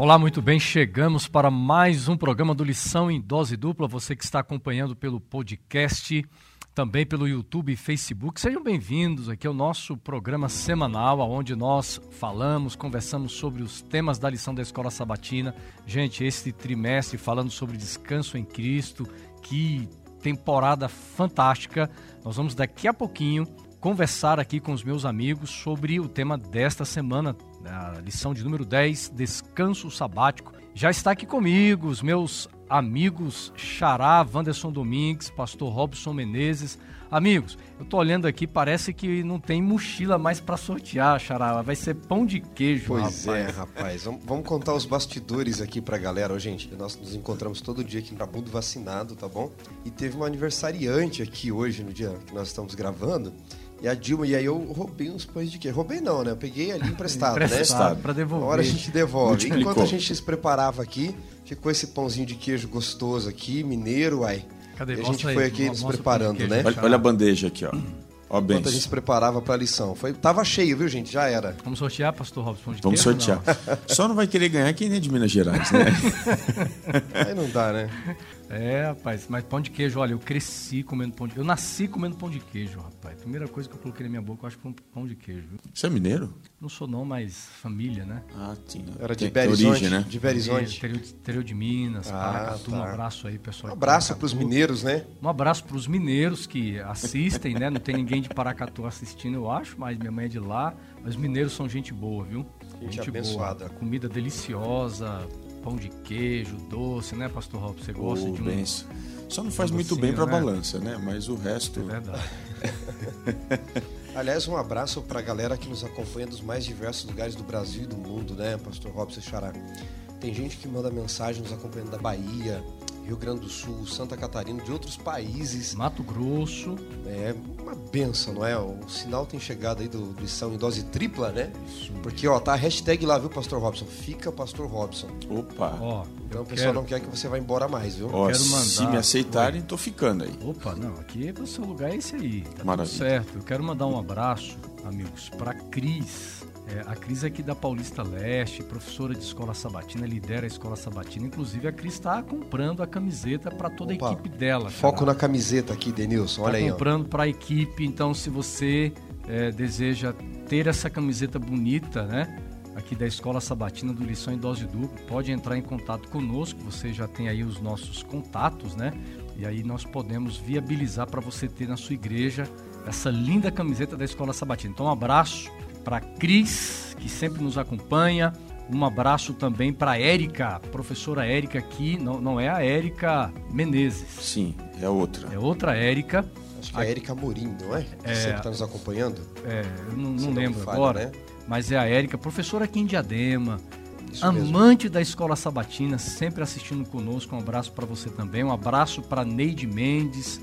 Olá, muito bem, chegamos para mais um programa do Lição em Dose Dupla, você que está acompanhando pelo podcast, também pelo YouTube e Facebook, sejam bem-vindos aqui ao nosso programa semanal, onde nós falamos, conversamos sobre os temas da lição da Escola Sabatina. Gente, esse trimestre falando sobre descanso em Cristo, que temporada fantástica. Nós vamos daqui a pouquinho conversar aqui com os meus amigos sobre o tema desta semana, a lição de número 10, Descanso Sabático. Já está aqui comigo os meus amigos Xará, Wanderson Domingues, Pastor Robson Menezes. Amigos, eu estou olhando aqui, parece que não tem mochila mais para sortear, Xará. Vai ser pão de queijo, pois rapaz. É, rapaz. Vamos contar os bastidores aqui pra galera. Ô, gente, nós nos encontramos todo dia aqui no Trabundo Vacinado, tá bom? E teve uma aniversariante aqui hoje, no dia que nós estamos gravando. E a Dilma, e aí eu roubei uns pães de queijo. Roubei não, né? Eu peguei ali emprestado, né? Para devolver. Agora a gente devolve. Multiplicou. Enquanto a gente se preparava aqui, ficou esse pãozinho de queijo gostoso aqui, mineiro, uai. Cadê? E a gente foi aqui nos preparando, queijo, né? Olha a bandeja aqui, ó. Ó, bem. Enquanto a gente se preparava pra lição. Tava cheio, viu, gente? Já era. Vamos sortear, Pastor Robson? Vamos sortear. Só não vai querer ganhar quem é de Minas Gerais, né? Aí não dá, né? É, rapaz, mas pão de queijo, olha, eu cresci comendo pão de queijo. Eu nasci comendo pão de queijo, rapaz. Primeira coisa que eu coloquei na minha boca, eu acho que foi um pão de queijo, viu? Você é mineiro? Não sou não, mas família, né? Ah, tinha. Era de Tem Belo origem, né? De Belo Horizonte. Interior de Minas, Paracatu, tá. Um abraço aí, pessoal. Um abraço pros mineiros, né? Um abraço pros mineiros que assistem, né? Não tem ninguém de Paracatu assistindo, eu acho, mas minha mãe é de lá. Mas os mineiros são gente boa, viu? Gente abençoada. Boa. Comida deliciosa, pão de queijo, doce, né, Pastor Rob? Você gosta de um... benção. Só não faz muito docinho, bem pra né? balança, né? Mas o resto... É verdade. Aliás, um abraço pra galera que nos acompanha dos mais diversos lugares do Brasil e do mundo, né, Pastor Robson e Xará? Tem gente que manda mensagem nos acompanhando da Bahia, Rio Grande do Sul, Santa Catarina, de outros países. Mato Grosso. É uma benção, não é? O sinal tem chegado aí do lição em dose tripla, né? Isso. Porque, ó, tá a hashtag lá, viu, Pastor Robson? Fica Pastor Robson. Opa! Ó, então o pessoal não quer que você vá embora mais, viu? Ó, quero mandar... se me aceitarem, tô ficando aí. Opa, não, aqui o seu lugar é esse aí. Tá Maravilha. tudo certo. Eu quero mandar um abraço, amigos, pra Cris. A Cris é aqui da Paulista Leste, professora de Escola Sabatina, lidera a Escola Sabatina. Inclusive, a Cris está comprando a camiseta para toda a equipe dela. Foco na camiseta aqui, Denilson, olha aí. Está comprando para a equipe, então se você deseja ter essa camiseta bonita, né? Aqui da Escola Sabatina do Lição em Dose Dupla, pode entrar em contato conosco, você já tem aí os nossos contatos, né? E aí nós podemos viabilizar para você ter na sua igreja essa linda camiseta da Escola Sabatina. Então um abraço para Cris, que sempre nos acompanha. Um abraço também para a Érica, professora Érica aqui, não é a Érica Menezes. Sim, é outra. É outra Érica. Acho que é a Érica Amorim, não é? Que sempre está nos acompanhando. Eu não lembro falha, agora, né? Mas é a Érica, professora aqui em Diadema, Isso amante da Escola Sabatina, sempre assistindo conosco. Um abraço para você também. Um abraço para Neide Mendes,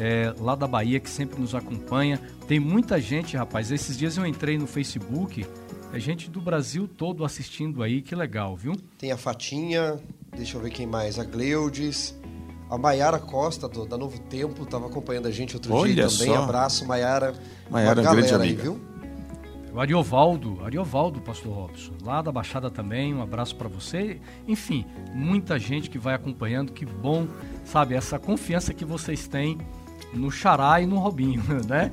lá da Bahia, que sempre nos acompanha. Tem muita gente, rapaz. Esses dias eu entrei no Facebook, gente do Brasil todo assistindo aí, que legal, viu? Tem a Fatinha, deixa eu ver quem mais, a Gleudes, a Maiara Costa, da Novo Tempo, estava acompanhando a gente outro dia também. Só. Abraço, Maiara. Maiara, uma grande galera aí, amiga. viu? O Ariovaldo, Pastor Robson, lá da Baixada também, um abraço para você. Enfim, muita gente que vai acompanhando, que bom, sabe, essa confiança que vocês têm no Xará e no Robinho, né?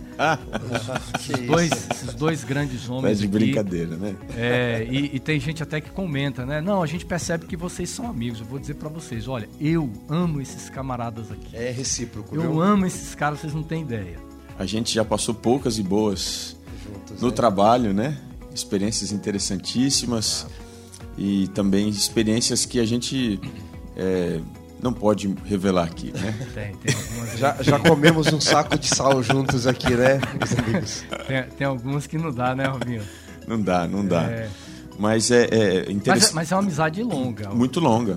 Esses dois grandes homens. Mas de aqui. brincadeira, né? E tem gente até que comenta, né? Não, a gente percebe que vocês são amigos. Eu vou dizer pra vocês, olha, eu amo esses camaradas aqui. É recíproco, Eu viu? amo esses caras, vocês não têm ideia. A gente já passou poucas e boas Juntos, no né? trabalho, né? Experiências interessantíssimas e também experiências que a gente não pode revelar aqui, né? Tem algumas... Já comemos um saco de sal juntos aqui, né, meus amigos? Tem algumas que não dá, né, Robinho? Não dá. Mas é interessante. Mas é uma amizade longa. Muito longa.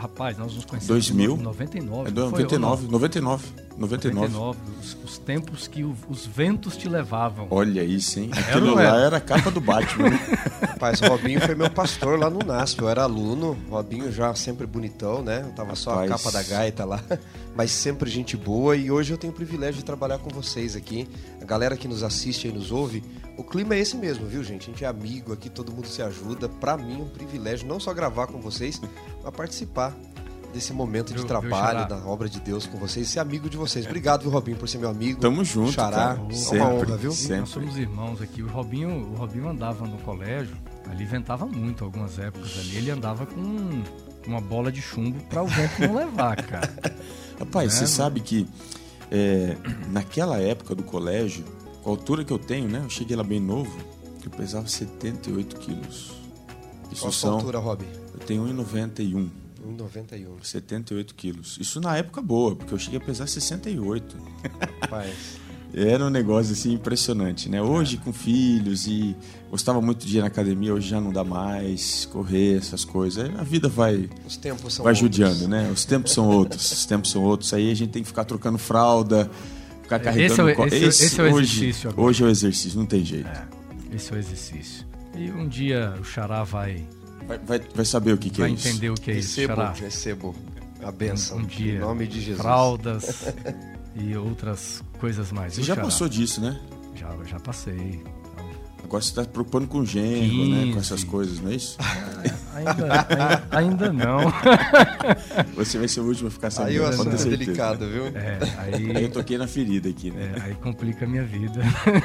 Rapaz, nós nos conhecemos 2000? em 99. É 99. Os tempos que os ventos te levavam. Olha isso, hein? Aquilo lá era a capa do Batman. Rapaz, o Robinho foi meu pastor lá no NASP. Eu era aluno, Robinho já sempre bonitão, né? Eu tava só a capa da gaita lá, mas sempre gente boa. E hoje eu tenho o privilégio de trabalhar com vocês aqui. A galera que nos assiste e nos ouve, o clima é esse mesmo, viu, gente? A gente é amigo aqui, todo mundo se ajuda. Pra mim é um privilégio não só gravar com vocês, mas participar desse momento de trabalho, da obra de Deus com vocês, ser amigo de vocês. Obrigado, viu, Robinho, por ser meu amigo. Tamo junto, Xará. cara. É uma honra, viu? Sempre. Nós somos irmãos aqui. O Robinho andava no colégio, ali ventava muito algumas épocas ali. Ele andava com uma bola de chumbo para o vento não levar, cara. Rapaz, você sabe que naquela época do colégio, com a altura que eu tenho, né? Eu cheguei lá bem novo, eu pesava 78 quilos. Qual a sua altura, Rob? Eu tenho 1,91. 1,91. 78 quilos. Isso na época boa, porque eu cheguei a pesar 68. Rapaz. Era um negócio assim impressionante, né? Hoje com filhos e gostava muito de ir na academia, hoje já não dá mais, correr, essas coisas. A vida vai Os tempos são judiando, outros, né? Os tempos são outros. Aí a gente tem que ficar trocando fralda, ficar carregando... Esse é o exercício agora. Hoje é o exercício, não tem jeito. Esse é o exercício. E um dia o Xará vai saber o que é isso. Vai entender o que é isso, Xará. Recebo a bênção. Um dia, em nome de Jesus. Fraldas e outras coisas mais. Você já passou disso, né? Já passei. Agora você está se preocupando com genro, né? Com essas coisas, não é isso? Ainda não. Você vai ser o último a ficar sabendo. Aí o assunto é delicado, viu? Aí eu toquei na ferida aqui, né? Aí complica a minha vida.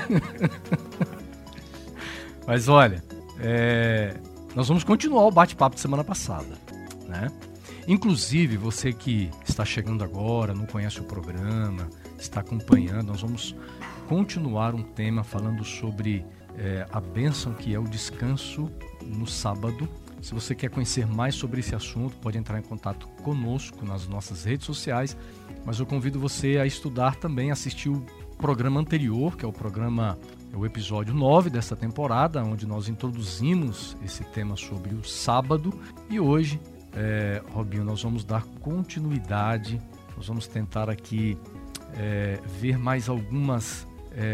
Mas olha, nós vamos continuar o bate-papo de semana passada, né? Inclusive, você que está chegando agora, não conhece o programa, está acompanhando, nós vamos continuar um tema falando sobre a bênção que é o descanso no sábado. Se você quer conhecer mais sobre esse assunto, pode entrar em contato conosco nas nossas redes sociais, mas eu convido você a estudar também, assistir o programa anterior, que é o episódio 9 desta temporada, onde nós introduzimos esse tema sobre o sábado. E hoje, Robinho, nós vamos dar continuidade, nós vamos tentar aqui ver mais algumas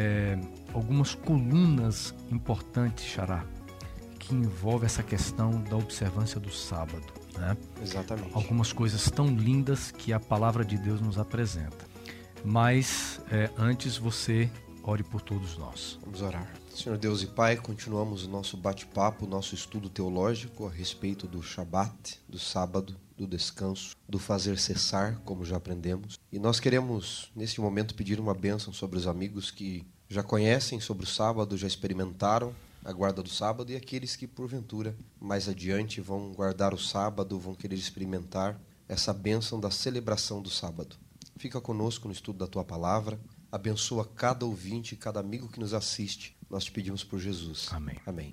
colunas importantes, Xará, que envolvem essa questão da observância do sábado, né? Exatamente. Algumas coisas tão lindas que a palavra de Deus nos apresenta. Mas antes você ore por todos nós. Vamos orar. Senhor Deus e Pai, continuamos o nosso bate-papo, o nosso estudo teológico a respeito do Shabat, do sábado, do descanso, do fazer cessar, como já aprendemos. E nós queremos, neste momento, pedir uma bênção sobre os amigos que já conhecem sobre o sábado, já experimentaram a guarda do sábado, e aqueles que, porventura, mais adiante vão guardar o sábado, vão querer experimentar essa bênção da celebração do sábado. Fica conosco no estudo da Tua Palavra, abençoa cada ouvinte, cada amigo que nos assiste. Nós te pedimos por Jesus. Amém. Amém.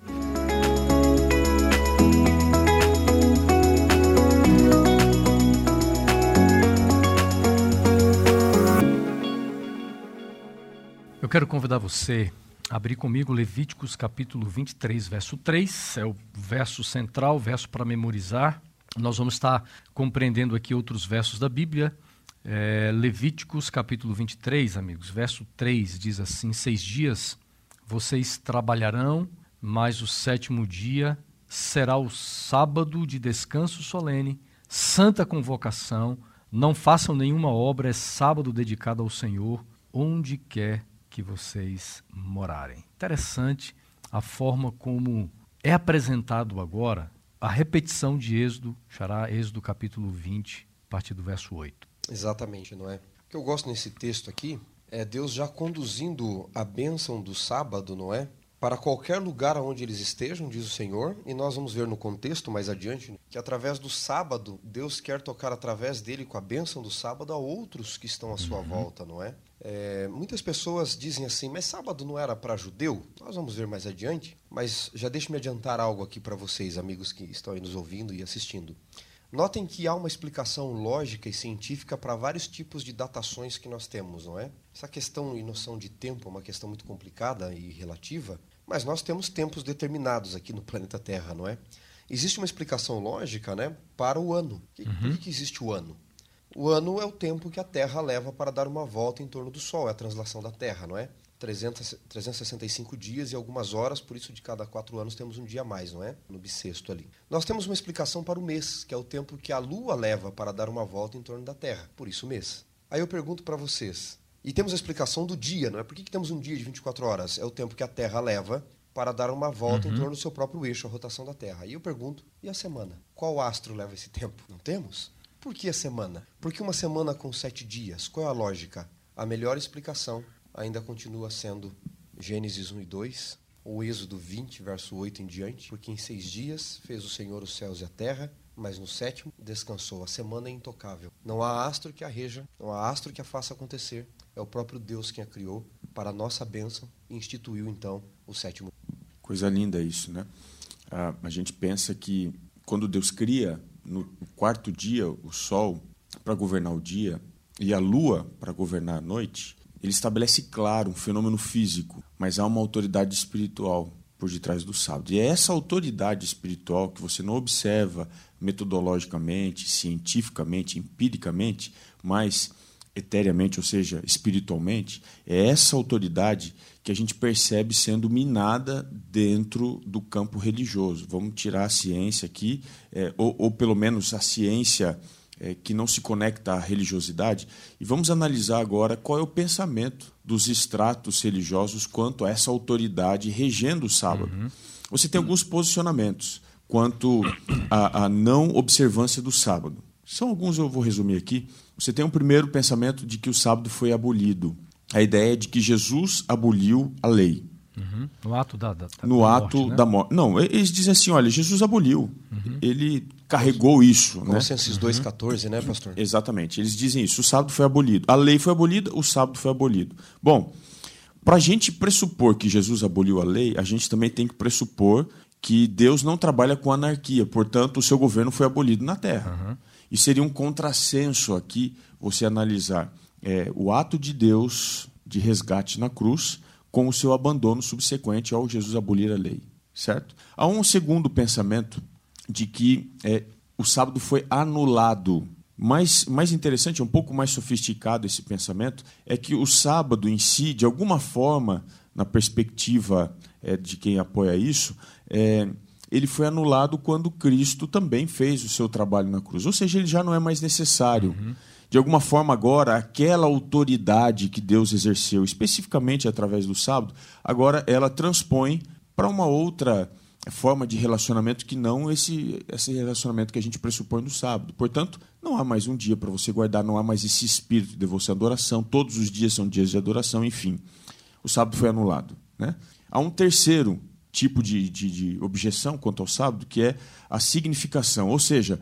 Eu quero convidar você a abrir comigo Levíticos capítulo 23, verso 3. É o verso central, o verso para memorizar. Nós vamos estar compreendendo aqui outros versos da Bíblia. Levíticos capítulo 23, amigos, verso 3 diz assim: 6 dias vocês trabalharão, mas o 7º dia será o sábado de descanso solene, santa convocação, não façam nenhuma obra, é sábado dedicado ao Senhor, onde quer que vocês morarem. Interessante a forma como é apresentado agora a repetição de Êxodo, Xará, Êxodo capítulo 20, a partir do verso 8. Exatamente, não é? O que eu gosto nesse texto aqui é Deus já conduzindo a bênção do sábado, não é? Para qualquer lugar onde eles estejam, diz o Senhor, e nós vamos ver no contexto mais adiante que através do sábado, Deus quer tocar através dele com a bênção do sábado a outros que estão à sua volta, não é? Muitas pessoas dizem assim, mas sábado não era para judeu? Nós vamos ver mais adiante, mas já deixe-me adiantar algo aqui para vocês, amigos que estão aí nos ouvindo e assistindo. Notem que há uma explicação lógica e científica para vários tipos de datações que nós temos, não é? Essa questão e noção de tempo é uma questão muito complicada e relativa, mas nós temos tempos determinados aqui no planeta Terra, não é? Existe uma explicação lógica, né, para o ano. Por que existe o ano? O ano é o tempo que a Terra leva para dar uma volta em torno do Sol, é a translação da Terra, não é? 365 dias e algumas horas, por isso de cada 4 anos temos um dia a mais, não é? No bissexto ali. Nós temos uma explicação para o mês, que é o tempo que a Lua leva para dar uma volta em torno da Terra, por isso mês. Aí eu pergunto para vocês, e temos a explicação do dia, não é? Por que temos um dia de 24 horas? É o tempo que a Terra leva para dar uma volta em torno do seu próprio eixo, a rotação da Terra. Aí eu pergunto, e a semana? Qual astro leva esse tempo? Não temos? Por que a semana? Por que uma semana com 7 dias? Qual é a lógica? A melhor explicação ainda continua sendo Gênesis 1 e 2, ou Êxodo 20, verso 8 em diante, porque em 6 dias fez o Senhor os céus e a terra, mas no 7º descansou. A semana é intocável. Não há astro que a reja, não há astro que a faça acontecer. É o próprio Deus quem a criou para a nossa bênção e instituiu então o 7º. Coisa linda isso, né? A gente pensa que quando Deus cria no 4º dia o sol para governar o dia e a lua para governar a noite, ele estabelece, claro, um fenômeno físico, mas há uma autoridade espiritual por detrás do sábado. E é essa autoridade espiritual que você não observa metodologicamente, cientificamente, empiricamente, mas eteriamente, ou seja, espiritualmente, é essa autoridade que a gente percebe sendo minada dentro do campo religioso. Vamos tirar a ciência aqui, ou pelo menos a ciência que não se conecta à religiosidade, e vamos analisar agora qual é o pensamento dos estratos religiosos quanto a essa autoridade regendo o sábado. Você tem alguns posicionamentos quanto à não observância do sábado. São alguns, eu vou resumir aqui. Você tem um primeiro pensamento de que o sábado foi abolido. A ideia é de que Jesus aboliu a lei. No ato da no morte, ato né? da morte. Não, eles dizem assim, olha, Jesus aboliu. Ele carregou isso. Colossenses 2,14, né, pastor? Exatamente. Eles dizem isso. O sábado foi abolido. A lei foi abolida, o sábado foi abolido. Bom, para a gente pressupor que Jesus aboliu a lei, a gente também tem que pressupor que Deus não trabalha com anarquia. Portanto, o seu governo foi abolido na Terra. E seria um contrassenso aqui você analisar o ato de Deus de resgate na cruz com o seu abandono subsequente ao Jesus abolir a lei, certo? Há um segundo pensamento de que o sábado foi anulado. Mais interessante, um pouco mais sofisticado esse pensamento, é que o sábado em si, de alguma forma, na perspectiva de quem apoia isso, ele foi anulado quando Cristo também fez o seu trabalho na cruz. Ou seja, ele já não é mais necessário. De alguma forma, agora, aquela autoridade que Deus exerceu, especificamente através do sábado, agora ela transpõe para uma outra forma de relacionamento que não esse relacionamento que a gente pressupõe no sábado. Portanto, não há mais um dia para você guardar, não há mais esse espírito de devoção e adoração, todos os dias são dias de adoração, enfim. O sábado foi anulado, né? Há um terceiro tipo de objeção quanto ao sábado, que é a significação, ou seja,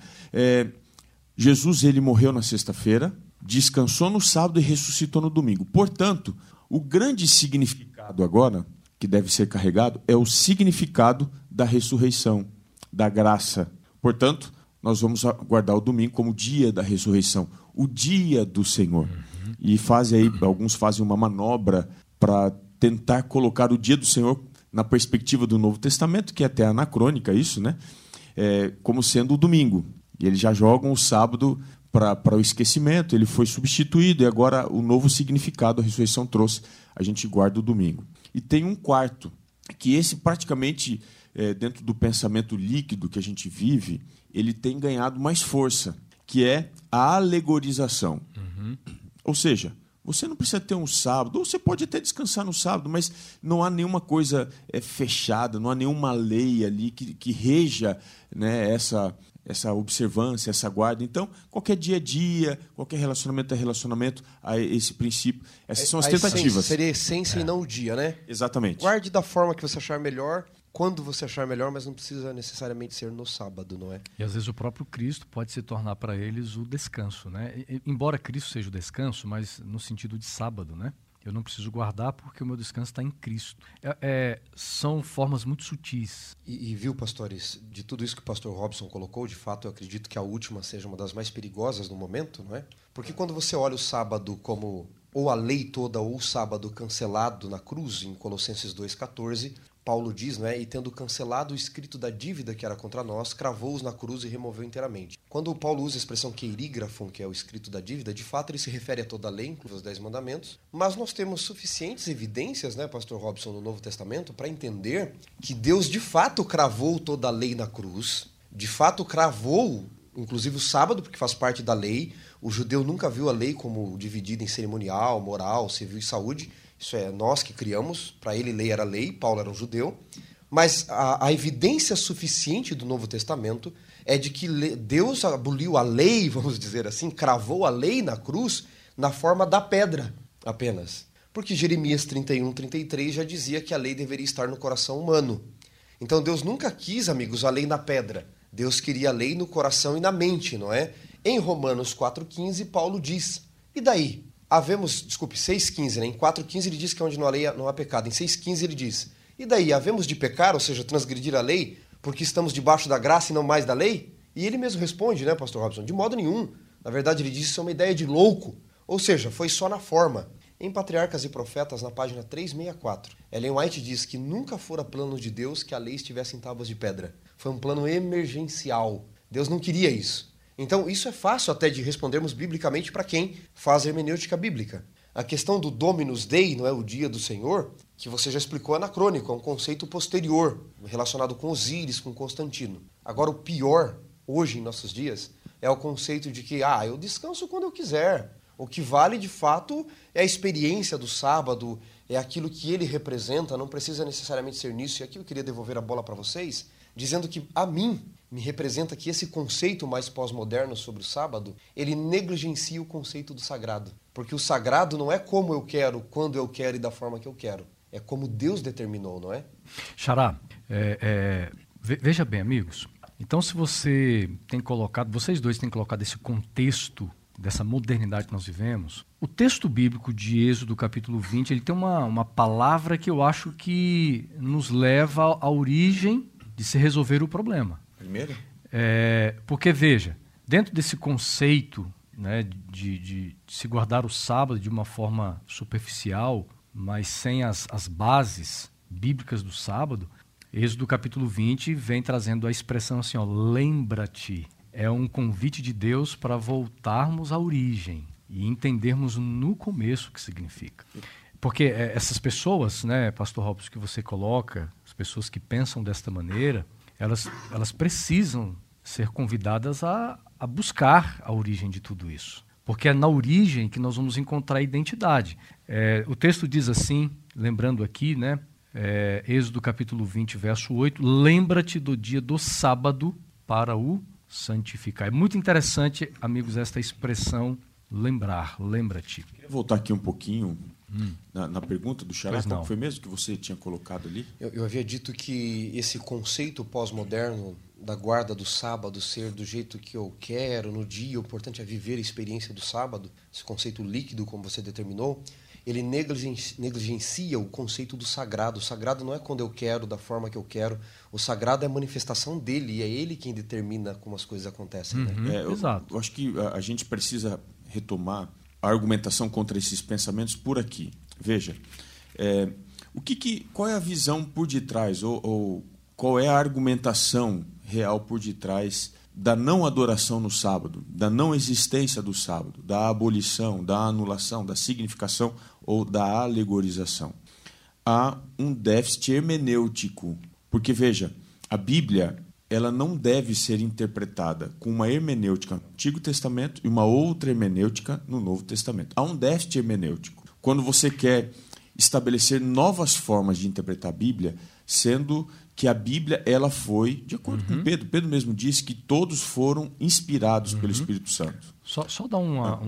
Jesus ele morreu na sexta-feira, descansou no sábado e ressuscitou no domingo. Portanto, o grande significado agora, que deve ser carregado, é o significado da ressurreição, da graça. Portanto, nós vamos guardar o domingo como o dia da ressurreição, o dia do Senhor. E alguns fazem uma manobra para tentar colocar o dia do Senhor na perspectiva do Novo Testamento, que é até anacrônica isso, né? Como sendo o domingo. E eles já jogam o sábado para o esquecimento, ele foi substituído, e agora o novo significado a ressurreição trouxe, a gente guarda o domingo. E tem um quarto, que esse praticamente, dentro do pensamento líquido que a gente vive, ele tem ganhado mais força, que é a alegorização. Ou seja, você não precisa ter um sábado, ou você pode até descansar no sábado, mas não há nenhuma coisa fechada, não há nenhuma lei ali que reja, né, essa observância, essa guarda. Então, qualquer dia a dia, qualquer relacionamento é relacionamento, a esse princípio. Essas são as tentativas. Seria a essência e não o dia, né? Exatamente. Guarde da forma que você achar melhor, quando você achar melhor, mas não precisa necessariamente ser no sábado, não é? E às vezes o próprio Cristo pode se tornar para eles o descanso, né? Embora Cristo seja o descanso, mas no sentido de sábado, né? Eu não preciso guardar porque o meu descanso está em Cristo. São formas muito sutis. E viu, pastores, de tudo isso que o pastor Robson colocou, de fato eu acredito que a última seja uma das mais perigosas no momento, não é? Porque quando você olha o sábado como ou a lei toda ou o sábado cancelado na cruz, em Colossenses 2,14, Paulo diz, não é? E tendo cancelado o escrito da dívida que era contra nós, cravou-os na cruz e removeu inteiramente. Quando Paulo usa a expressão queirígrafon, que é o escrito da dívida, de fato ele se refere a toda a lei, inclusive os 10 mandamentos, mas nós temos suficientes evidências, né, Pastor Robson, no Novo Testamento, para entender que Deus de fato cravou toda a lei na cruz, de fato cravou, inclusive o sábado, porque faz parte da lei. O judeu nunca viu a lei como dividida em cerimonial, moral, civil e saúde. Isso é nós que criamos. Para ele, lei era lei, Paulo era um judeu. Mas a evidência suficiente do Novo Testamento é de que Deus aboliu a lei, vamos dizer assim, cravou a lei na cruz na forma da pedra apenas. Porque Jeremias 31, 33 já dizia que a lei deveria estar no coração humano. Então Deus nunca quis, amigos, a lei na pedra. Deus queria a lei no coração e na mente, não é? Em Romanos 4,15, Paulo diz, e daí? 6,15, né? Em 4,15 ele diz que onde não há lei não há pecado. Em 6,15 ele diz, e daí? Havemos de pecar, ou seja, transgredir a lei, porque estamos debaixo da graça e não mais da lei? E ele mesmo responde, né, Pastor Robson? De modo nenhum. Na verdade, ele diz que isso é uma ideia de louco. Ou seja, foi só na forma. Em Patriarcas e Profetas, na página 364, Ellen White diz que nunca fora plano de Deus que a lei estivesse em tábuas de pedra. Foi um plano emergencial. Deus não queria isso. Então, isso é fácil até de respondermos biblicamente para quem faz hermenêutica bíblica. A questão do Dominus Dei, não é o dia do Senhor, que você já explicou anacrônico, é um conceito posterior, relacionado com Osíris, com Constantino. Agora, o pior, hoje em nossos dias, é o conceito de que, eu descanso quando eu quiser. O que vale, de fato, é a experiência do sábado, é aquilo que ele representa, não precisa necessariamente ser nisso. E aqui eu queria devolver a bola para vocês, dizendo que, a mim, me representa que esse conceito mais pós-moderno sobre o sábado, ele negligencia o conceito do sagrado. Porque o sagrado não é como eu quero, quando eu quero e da forma que eu quero. É como Deus determinou, não é? Xará, veja bem, amigos. Então, se você tem colocado, vocês dois têm colocado esse contexto dessa modernidade que nós vivemos, o texto bíblico de Êxodo, capítulo 20, ele tem uma palavra que eu acho que nos leva à origem de se resolver o problema. Primeiro? Porque, veja, dentro desse conceito, né, de se guardar o sábado de uma forma superficial, mas sem as bases bíblicas do sábado, Êxodo capítulo 20 vem trazendo a expressão assim, lembra-te. É um convite de Deus para voltarmos à origem e entendermos no começo o que significa. Porque essas pessoas, né, Pastor Robson, que você coloca, as pessoas que pensam desta maneira, elas precisam ser convidadas a buscar a origem de tudo isso. Porque é na origem que nós vamos encontrar a identidade. O texto diz assim, lembrando aqui, né, Êxodo capítulo 20, verso 8, lembra-te do dia do sábado para o santificar. É muito interessante, amigos, esta expressão lembrar, lembra-te. Queria voltar aqui um pouquinho na pergunta do Xará, qual foi mesmo que você tinha colocado ali? Eu havia dito que esse conceito pós-moderno da guarda do sábado ser do jeito que eu quero, no dia, o importante é viver a experiência do sábado, esse conceito líquido, como você determinou, ele negligencia o conceito do sagrado. O sagrado não é quando eu quero, da forma que eu quero. O sagrado é a manifestação dele, e é ele quem determina como as coisas acontecem. Né? Exato. Eu acho que a gente precisa retomar a argumentação contra esses pensamentos por aqui. Veja, qual é a visão por detrás, ou qual é a argumentação real por detrás da não adoração no sábado, da não existência do sábado, da abolição, da anulação, da significação ou da alegorização? Há um déficit hermenêutico, porque, veja, a Bíblia ela não deve ser interpretada com uma hermenêutica no Antigo Testamento e uma outra hermenêutica no Novo Testamento. Há um déficit hermenêutico. Quando você quer estabelecer novas formas de interpretar a Bíblia, sendo que a Bíblia ela foi, de acordo com Pedro mesmo disse que todos foram inspirados pelo Espírito Santo. Só dar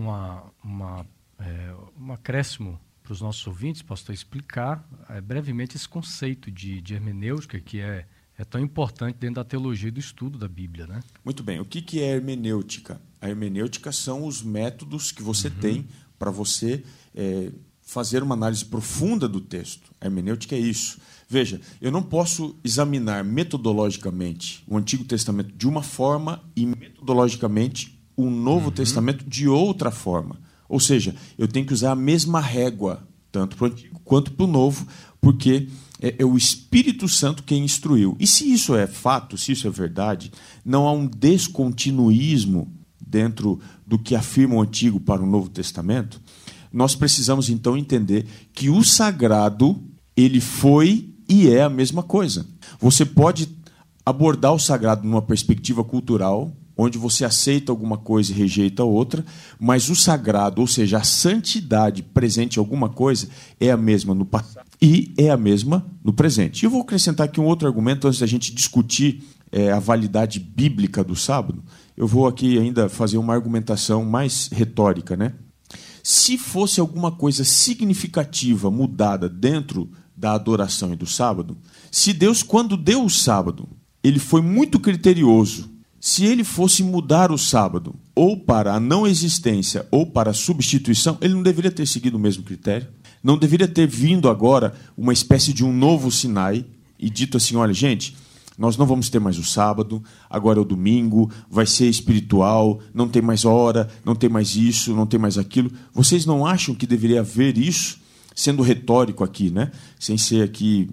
um acréscimo para os nossos ouvintes, pastor, explicar brevemente esse conceito de hermenêutica que é tão importante dentro da teologia e do estudo da Bíblia, né? Muito bem. O que é hermenêutica? A hermenêutica são os métodos que você tem para você fazer uma análise profunda do texto. A hermenêutica é isso. Veja, eu não posso examinar metodologicamente o Antigo Testamento de uma forma e metodologicamente o Novo Testamento de outra forma. Ou seja, eu tenho que usar a mesma régua, tanto para o Antigo quanto para o Novo, porque É o Espírito Santo quem instruiu. E se isso é fato, se isso é verdade, não há um descontinuísmo dentro do que afirma o Antigo para o Novo Testamento, nós precisamos então entender que o sagrado, ele foi e é a mesma coisa. Você pode abordar o sagrado numa perspectiva cultural, onde você aceita alguma coisa e rejeita outra, mas o sagrado, ou seja, a santidade presente em alguma coisa, é a mesma no passado e é a mesma no presente. E eu vou acrescentar aqui um outro argumento antes da gente discutir a validade bíblica do sábado. Eu vou aqui ainda fazer uma argumentação mais retórica, né? Se fosse alguma coisa significativa mudada dentro da adoração e do sábado, se Deus, quando deu o sábado, ele foi muito criterioso. Se ele fosse mudar o sábado, ou para a não existência, ou para a substituição, ele não deveria ter seguido o mesmo critério. Não deveria ter vindo agora uma espécie de um novo Sinai e dito assim, olha, gente, nós não vamos ter mais o sábado, agora é o domingo, vai ser espiritual, não tem mais hora, não tem mais isso, não tem mais aquilo. Vocês não acham que deveria haver isso, sendo retórico aqui, né? Sem ser aqui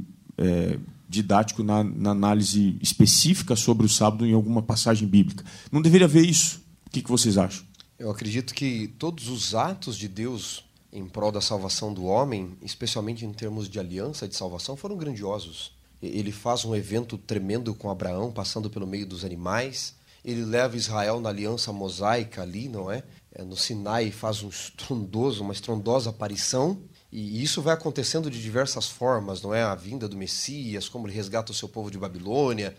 didático na análise específica sobre o sábado em alguma passagem bíblica? Não deveria haver isso? O que vocês acham? Eu acredito que todos os atos de Deus em prol da salvação do homem, especialmente em termos de aliança de salvação, foram grandiosos. Ele faz um evento tremendo com Abraão, passando pelo meio dos animais. Ele leva Israel na aliança mosaica ali, não é? No Sinai faz uma estrondosa aparição. E isso vai acontecendo de diversas formas, não é? A vinda do Messias, como ele resgata o seu povo de Babilônia.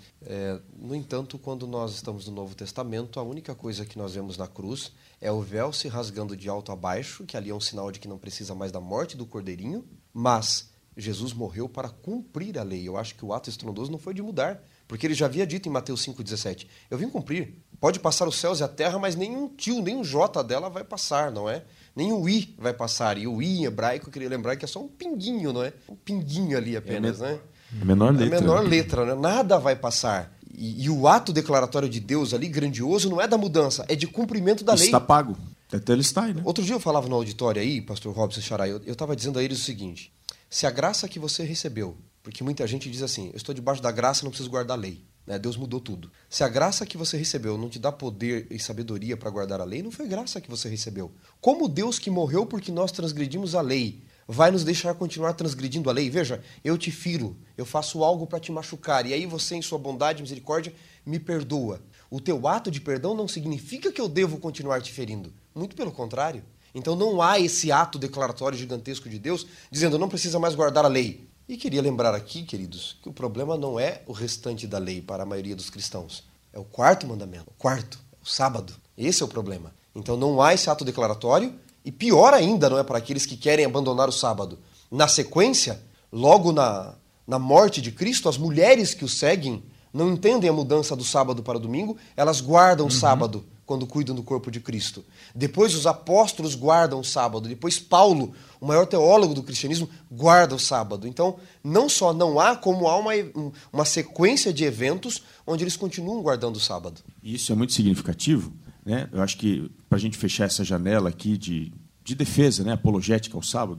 No entanto, quando nós estamos no Novo Testamento, a única coisa que nós vemos na cruz é o véu se rasgando de alto a baixo, que ali é um sinal de que não precisa mais da morte do cordeirinho, mas Jesus morreu para cumprir a lei. Eu acho que o ato estrondoso não foi de mudar, porque ele já havia dito em Mateus 5,17, eu vim cumprir. Pode passar os céus e a terra, mas nem um tio, nem um jota dela vai passar, não é? Nem o i vai passar. E o i em hebraico, eu queria lembrar que é só um pinguinho, não é? Um pinguinho ali apenas, né? A menor letra. A menor letra, né? Nada vai passar. E o ato declaratório de Deus ali, grandioso, não é da mudança, é de cumprimento da lei. Está pago. Até ele está aí, né? Outro dia eu falava no auditório aí, pastor Robson Xará, eu estava dizendo a eles o seguinte, se a graça que você recebeu, porque muita gente diz assim, eu estou debaixo da graça, não preciso guardar a lei. Deus mudou tudo. Se a graça que você recebeu não te dá poder e sabedoria para guardar a lei, não foi graça que você recebeu. Como Deus que morreu porque nós transgredimos a lei, vai nos deixar continuar transgredindo a lei? Veja, eu te firo, eu faço algo para te machucar, e aí você, em sua bondade e misericórdia, me perdoa. O teu ato de perdão não significa que eu devo continuar te ferindo. Muito pelo contrário. Então não há esse ato declaratório gigantesco de Deus dizendo não precisa mais guardar a lei. E queria lembrar aqui, queridos, que o problema não é o restante da lei para a maioria dos cristãos. É o quarto mandamento, o sábado. Esse é o problema. Então não há esse ato declaratório e pior ainda, não é para aqueles que querem abandonar o sábado. Na sequência, logo na morte de Cristo, as mulheres que o seguem não entendem a mudança do sábado para o domingo, elas guardam o sábado quando cuidam do corpo de Cristo. Depois os apóstolos guardam o sábado. Depois Paulo, o maior teólogo do cristianismo, guarda o sábado. Então, não só não há, como há uma sequência de eventos onde eles continuam guardando o sábado. Isso é muito significativo, né? Eu acho que, para a gente fechar essa janela aqui de defesa, né, apologética ao sábado,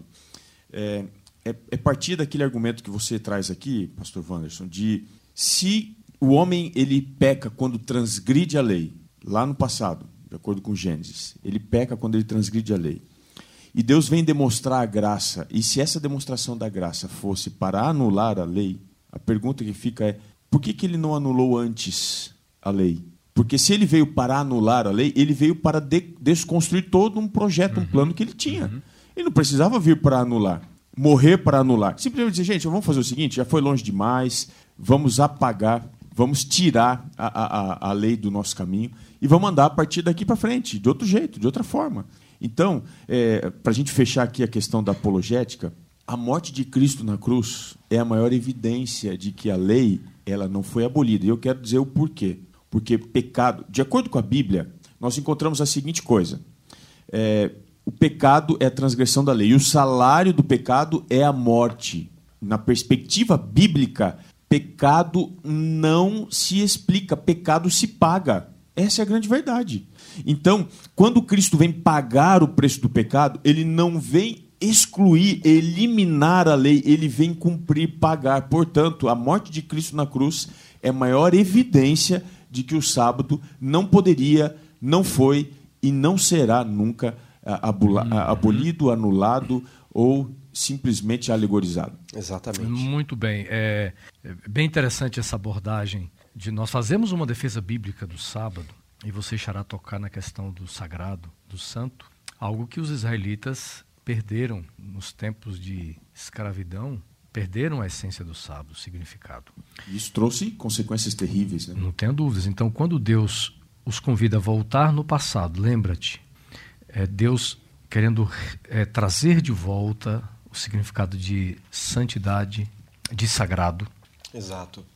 é partir daquele argumento que você traz aqui, pastor Wanderson, de se o homem ele peca quando transgride a lei, lá no passado, de acordo com Gênesis, ele peca quando ele transgride a lei. E Deus vem demonstrar a graça. E se essa demonstração da graça fosse para anular a lei, a pergunta que fica é, por que ele não anulou antes a lei? Porque se ele veio para anular a lei, ele veio para desconstruir todo um projeto, um plano que ele tinha. Ele não precisava vir para anular, morrer para anular. Simplesmente dizer, gente, vamos fazer o seguinte, já foi longe demais, vamos apagar, vamos tirar a lei do nosso caminho e vamos andar a partir daqui para frente, de outro jeito, de outra forma. Então, para a gente fechar aqui a questão da apologética, a morte de Cristo na cruz é a maior evidência de que a lei ela não foi abolida. E eu quero dizer o porquê. Porque pecado, de acordo com a Bíblia, nós encontramos a seguinte coisa. O pecado é a transgressão da lei. E o salário do pecado é a morte. Na perspectiva bíblica, pecado não se explica, pecado se paga. Essa é a grande verdade. Então, quando Cristo vem pagar o preço do pecado, ele não vem excluir, eliminar a lei, ele vem cumprir, pagar. Portanto, a morte de Cristo na cruz é a maior evidência de que o sábado não poderia, não foi e não será nunca abolido, anulado ou simplesmente alegorizado. Exatamente. Muito bem. É bem interessante essa abordagem de nós fazemos uma defesa bíblica do sábado, e você irá tocar na questão do sagrado, do santo, algo que os israelitas perderam nos tempos de escravidão, perderam a essência do sábado, o significado. Isso trouxe consequências terríveis, né? Não tenho dúvidas. Então, quando Deus os convida a voltar no passado, lembra-te, Deus querendo trazer de volta o significado de santidade, de sagrado. Exato.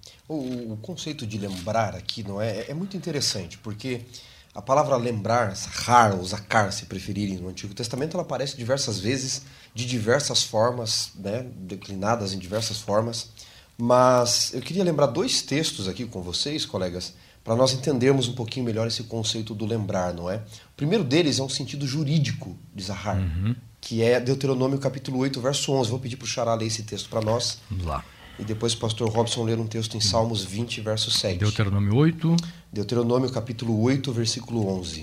O conceito de lembrar aqui não é muito interessante, porque a palavra lembrar, zahar ou zakar, se preferirem, no Antigo Testamento, ela aparece diversas vezes, de diversas formas, né, declinadas em diversas formas. Mas eu queria lembrar 2 textos aqui com vocês, colegas, para nós entendermos um pouquinho melhor esse conceito do lembrar, não é? O primeiro deles é um sentido jurídico de zahar, que é Deuteronômio capítulo 8, verso 11. Vou pedir para o Xará ler esse texto para nós. Vamos lá. E depois o pastor Robson ler um texto em Salmos 20, verso 7. Deuteronômio 8. Deuteronômio capítulo 8, versículo 11.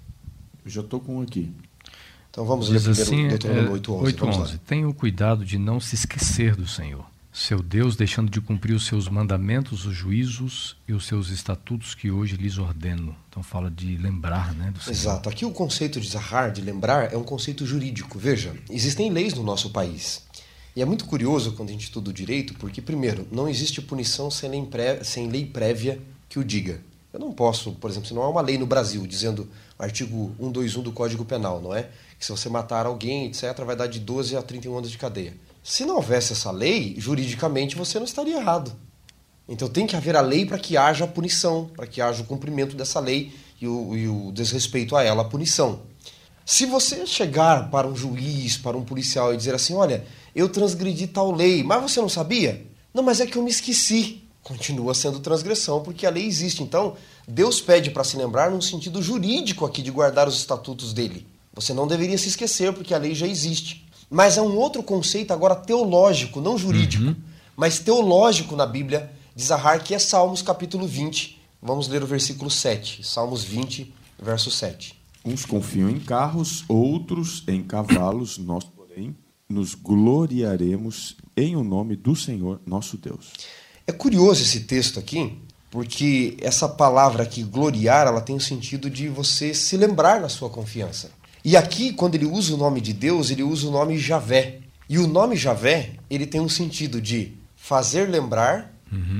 Eu já estou com um aqui. Então vamos ler primeiro assim, Deuteronômio 8, 11. 8, 11. Tenha o cuidado de não se esquecer do Senhor, seu Deus, deixando de cumprir os seus mandamentos, os juízos e os seus estatutos que hoje lhes ordeno. Então fala de lembrar, né, do Senhor. Exato. Aqui o conceito de zahar, de lembrar, é um conceito jurídico. Veja, existem leis no nosso país. E é muito curioso quando a gente estuda o direito, porque, primeiro, não existe punição sem lei prévia que o diga. Eu não posso, por exemplo, se não há uma lei no Brasil dizendo, artigo 121 do Código Penal, não é? Que se você matar alguém, etc., vai dar de 12 a 31 anos de cadeia. Se não houvesse essa lei, juridicamente você não estaria errado. Então tem que haver a lei para que haja a punição, para que haja o cumprimento dessa lei e o desrespeito a ela, a punição. Se você chegar para um juiz, para um policial e dizer assim, olha, eu transgredi tal lei, mas você não sabia? Não, mas é que eu me esqueci. Continua sendo transgressão, porque a lei existe. Então, Deus pede para se lembrar num sentido jurídico aqui de guardar os estatutos dele. Você não deveria se esquecer, porque a lei já existe. Mas é um outro conceito agora teológico, não jurídico, mas teológico na Bíblia de zahar, que é Salmos capítulo 20. Vamos ler o versículo 7. Salmos 20, verso 7. Uns confiam em carros, outros em cavalos, nós, porém, nos gloriaremos em o nome do Senhor, nosso Deus. É curioso esse texto aqui, porque essa palavra aqui, gloriar, ela tem o sentido de você se lembrar na sua confiança. E aqui, quando ele usa o nome de Deus, ele usa o nome Javé. E o nome Javé, ele tem um sentido de fazer lembrar,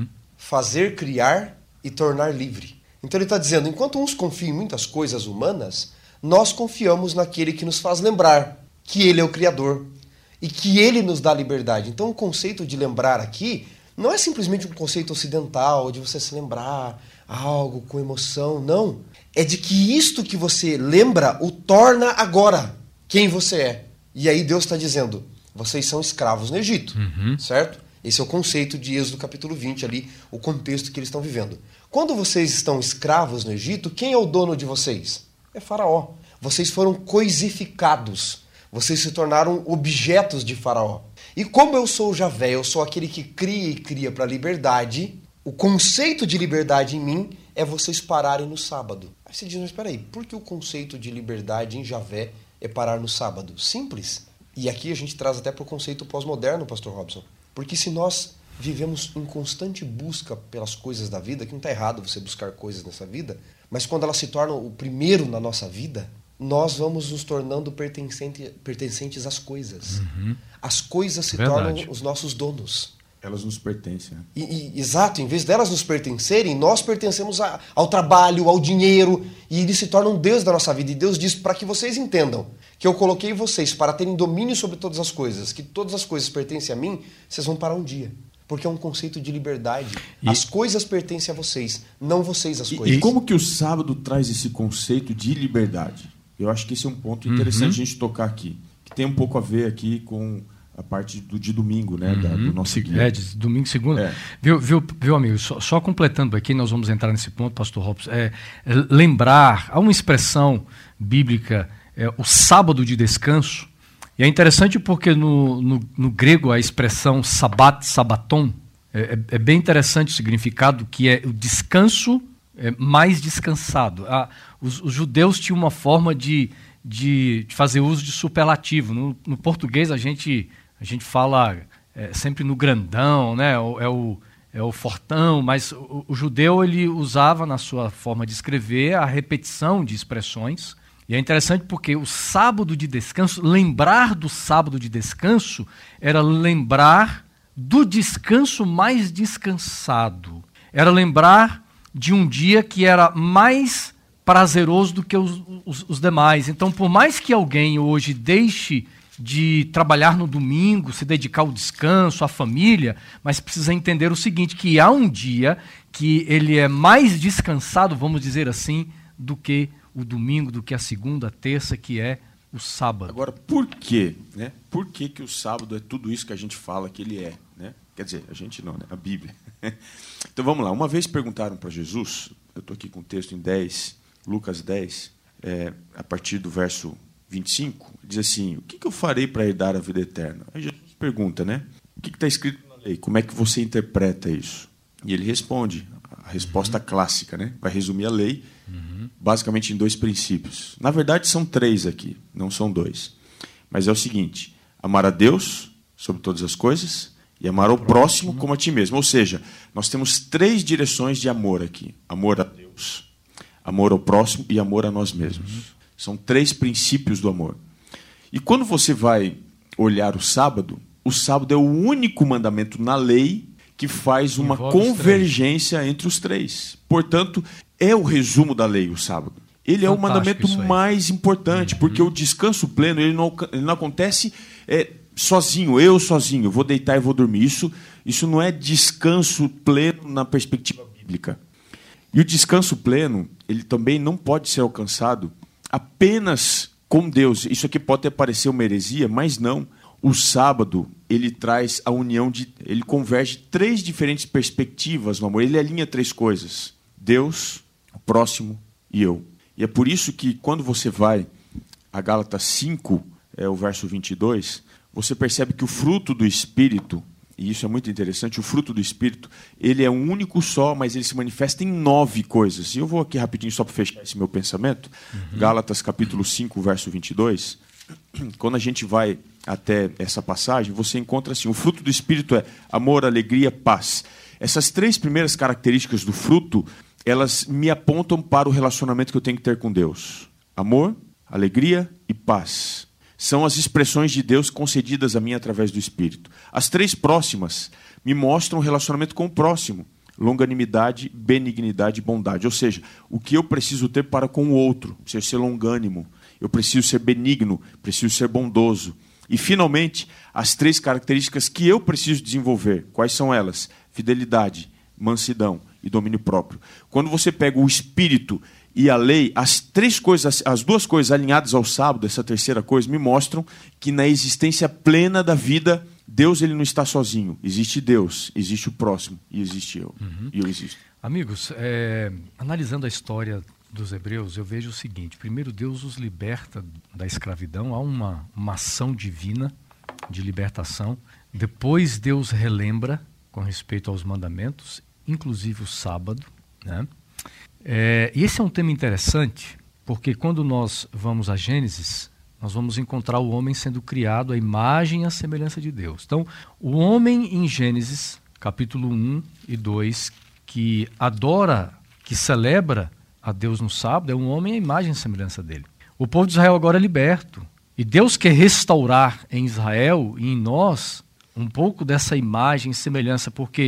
fazer criar e tornar livre. Então ele está dizendo, enquanto uns confiam em muitas coisas humanas, nós confiamos naquele que nos faz lembrar que ele é o Criador e que ele nos dá liberdade. Então o conceito de lembrar aqui não é simplesmente um conceito ocidental de você se lembrar algo com emoção, não. É de que isto que você lembra o torna agora quem você é. E aí Deus está dizendo, vocês são escravos no Egito, certo? Esse é o conceito de Êxodo capítulo 20 ali, o contexto que eles estão vivendo. Quando vocês estão escravos no Egito, quem é o dono de vocês? É Faraó. Vocês foram coisificados. Vocês se tornaram objetos de Faraó. E como eu sou o Javé, eu sou aquele que cria e cria para a liberdade, o conceito de liberdade em mim é vocês pararem no sábado. Aí você diz, mas espera aí, por que o conceito de liberdade em Javé é parar no sábado? Simples. E aqui a gente traz até para o conceito pós-moderno, pastor Robson. Porque se nós vivemos em constante busca pelas coisas da vida, que não está errado você buscar coisas nessa vida, mas quando elas se tornam o primeiro na nossa vida, nós vamos nos tornando pertencentes às coisas. As coisas se tornam os nossos donos. Elas nos pertencem. Né? Exato, em vez delas nos pertencerem, nós pertencemos ao trabalho, ao dinheiro, e eles se tornam Deus da nossa vida. E Deus diz para que vocês entendam que eu coloquei vocês para terem domínio sobre todas as coisas, que todas as coisas pertencem a mim, vocês vão parar um dia. Porque é um conceito de liberdade. As coisas pertencem a vocês, não vocês as coisas. E como que o sábado traz esse conceito de liberdade? Eu acho que esse é um ponto interessante a gente tocar aqui. Que tem um pouco a ver aqui com a parte de domingo, né? Do nosso guia. De domingo, segunda. Viu, amigo? Só completando aqui, nós vamos entrar nesse ponto, pastor Robson. Lembrar, há uma expressão bíblica, o sábado de descanso, E é interessante porque no grego a expressão sabat, sabaton, é bem interessante o significado, que é o descanso mais descansado. Os judeus tinham uma forma de fazer uso de superlativo. No português a gente fala sempre no grandão, né? É o fortão, mas o judeu ele usava na sua forma de escrever a repetição de expressões. E é interessante porque o sábado de descanso, lembrar do sábado de descanso, era lembrar do descanso mais descansado. Era lembrar de um dia que era mais prazeroso do que os demais. Então, por mais que alguém hoje deixe de trabalhar no domingo, se dedicar ao descanso, à família, mas precisa entender o seguinte, que há um dia que ele é mais descansado, vamos dizer assim, do que o domingo, do que a segunda, a terça, que é o sábado. Agora, por quê? Né? Por que o sábado é tudo isso que a gente fala que ele é? Né? Quer dizer, a gente não, né? A Bíblia. Então vamos lá. Uma vez perguntaram para Jesus, eu estou aqui com o texto em 10, Lucas 10, a partir do verso 25, diz assim, o que eu farei para herdar a vida eterna? Aí Jesus pergunta, né? O que está escrito na lei? Como é que você interpreta isso? E ele responde, a resposta clássica, né? Vai resumir a lei, basicamente em 2 princípios. Na verdade, são 3 aqui, não são 2. Mas é o seguinte, amar a Deus sobre todas as coisas e amar ao próximo como a ti mesmo. Ou seja, nós temos 3 direções de amor aqui. Amor a Deus, amor ao próximo e amor a nós mesmos. São 3 princípios do amor. E quando você vai olhar o sábado é o único mandamento na lei que faz uma convergência entre os 3. Portanto, é o resumo da lei, o sábado. Ele é o mandamento mais importante, porque o descanso pleno ele não acontece sozinho, eu sozinho, vou deitar e vou dormir. Isso não é descanso pleno na perspectiva bíblica. E o descanso pleno, ele também não pode ser alcançado apenas com Deus. Isso aqui pode até parecer uma heresia, mas não. O sábado, ele traz a união ele converge 3 diferentes perspectivas no amor. Ele alinha 3 coisas. Deus, o próximo e eu. E é por isso que quando você vai a Gálatas 5, o verso 22, você percebe que o fruto do Espírito, e isso é muito interessante, o fruto do Espírito, ele é um único só, mas ele se manifesta em 9 coisas. E eu vou aqui rapidinho só para fechar esse meu pensamento. Gálatas capítulo 5, verso 22. Quando a gente vai até essa passagem, você encontra assim, o fruto do Espírito é amor, alegria, paz. Essas 3 primeiras características do fruto, elas me apontam para o relacionamento que eu tenho que ter com Deus. Amor, alegria e paz. São as expressões de Deus concedidas a mim através do Espírito. As 3 próximas me mostram o relacionamento com o próximo. Longanimidade, benignidade e bondade. Ou seja, o que eu preciso ter para com o outro. Eu preciso ser longânimo, eu preciso ser benigno, preciso ser bondoso. E, finalmente, as 3 características que eu preciso desenvolver. Quais são elas? Fidelidade, mansidão e domínio próprio. Quando você pega o Espírito e a lei, as 3 coisas, as 2 coisas alinhadas ao sábado, essa terceira coisa, me mostram que na existência plena da vida, Deus ele não está sozinho. Existe Deus, existe o próximo e existe eu. E eu existo. Amigos, analisando a história dos hebreus, eu vejo o seguinte. Primeiro, Deus os liberta da escravidão. Há uma ação divina de libertação. Depois, Deus relembra com respeito aos mandamentos, inclusive o sábado, né? E esse é um tema interessante, porque quando nós vamos a Gênesis, nós vamos encontrar o homem sendo criado à imagem e à semelhança de Deus. Então, o homem em Gênesis, capítulo 1 e 2, que adora, que celebra a Deus no sábado, é um homem à imagem e semelhança dele. O povo de Israel agora é liberto. E Deus quer restaurar em Israel e em nós um pouco dessa imagem e semelhança, porque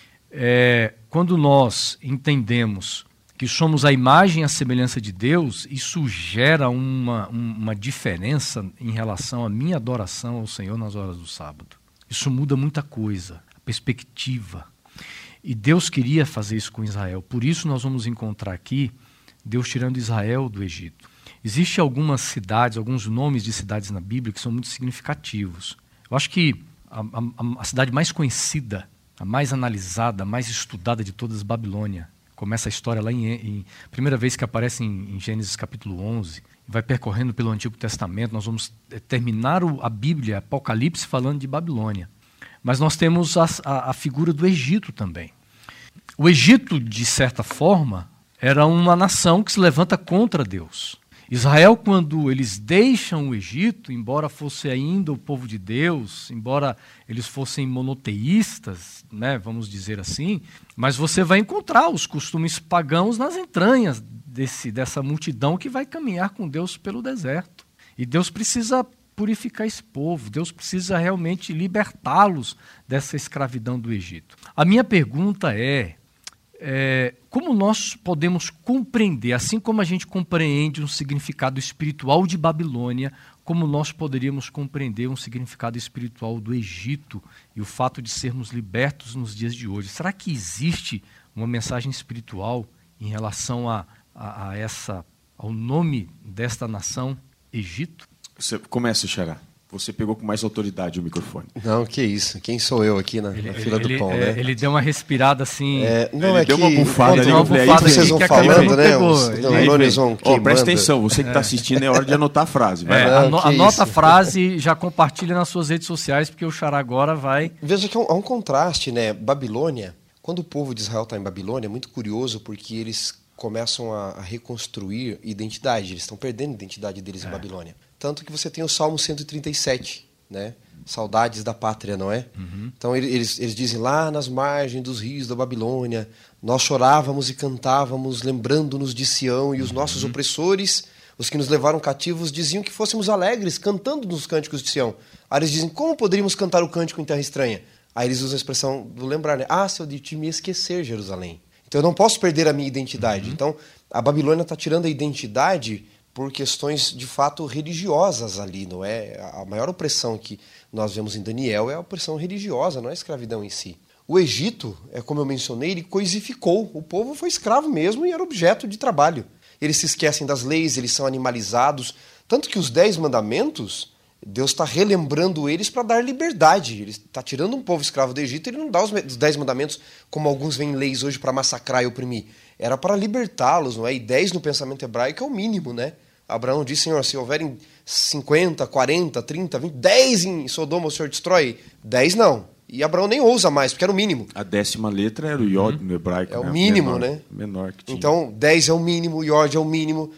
quando nós entendemos que somos a imagem e a semelhança de Deus, isso gera uma diferença em relação à minha adoração ao Senhor nas horas do sábado. Isso muda muita coisa, a perspectiva. E Deus queria fazer isso com Israel. Por isso nós vamos encontrar aqui Deus tirando Israel do Egito. Existem algumas cidades, alguns nomes de cidades na Bíblia que são muito significativos. Eu acho que a cidade mais conhecida, a mais analisada, a mais estudada de todas, Babilônia. Começa a história lá primeira vez que aparece em Gênesis capítulo 11. vai percorrendo pelo Antigo Testamento, nós vamos terminar a Bíblia, Apocalipse, falando de Babilônia. Mas nós temos a figura do Egito também. O Egito, de certa forma, era uma nação que se levanta contra Deus. Israel, quando eles deixam o Egito, embora fosse ainda o povo de Deus, embora eles fossem monoteístas, né, vamos dizer assim, mas você vai encontrar os costumes pagãos nas entranhas dessa multidão que vai caminhar com Deus pelo deserto. E Deus precisa purificar esse povo, Deus precisa realmente libertá-los dessa escravidão do Egito. A minha pergunta como nós podemos compreender, assim como a gente compreende um significado espiritual de Babilônia, como nós poderíamos compreender um significado espiritual do Egito e o fato de sermos libertos nos dias de hoje? Será que existe uma mensagem espiritual em relação ao nome desta nação, Egito? Você começa, Xará. Você pegou com mais autoridade o microfone. Não, que isso. Quem sou eu aqui na fila do pão, né? Ele deu uma respirada assim... Não, ele deu uma bufada ali. Vocês vão falando, né? Os neurônios vão queimando. Presta atenção, você que está assistindo, é hora de anotar a frase. Vai anota a frase e já compartilha nas suas redes sociais, porque o Xará agora vai... Veja que há um contraste, né? Babilônia, quando o povo de Israel está em Babilônia, é muito curioso, porque eles começam a reconstruir identidade. Eles estão perdendo a identidade deles em Babilônia. Tanto que você tem o Salmo 137, né? Saudades da pátria, não é? Uhum. Então eles dizem, lá nas margens dos rios da Babilônia, nós chorávamos e cantávamos, lembrando-nos de Sião, e os nossos opressores, os que nos levaram cativos, diziam que fôssemos alegres, cantando nos cânticos de Sião. Aí eles dizem, como poderíamos cantar o cântico em terra estranha? Aí eles usam a expressão do lembrar, né? Se eu de ti me esquecer, Jerusalém. Então eu não posso perder a minha identidade. Então a Babilônia está tirando a identidade por questões de fato religiosas ali, não é? A maior opressão que nós vemos em Daniel é a opressão religiosa, não é a escravidão em si. O Egito, como eu mencionei, ele coisificou. O povo foi escravo mesmo e era objeto de trabalho. Eles se esquecem das leis, eles são animalizados. Tanto que os 10 mandamentos, Deus está relembrando eles para dar liberdade. Ele está tirando um povo escravo do Egito, ele não dá os 10 mandamentos como alguns veem leis hoje para massacrar e oprimir. Era para libertá-los, não é? E 10 no pensamento hebraico é o mínimo, né? Abraão disse, Senhor, se houverem 50, 40, 30, 20, 10 em Sodoma o Senhor destrói? 10 não. E Abraão nem ousa mais, porque era o mínimo. A 10ª letra era o Iod no hebraico. É o mínimo, né? Menor que tinha. Então, 10 é o mínimo, Iod é o mínimo,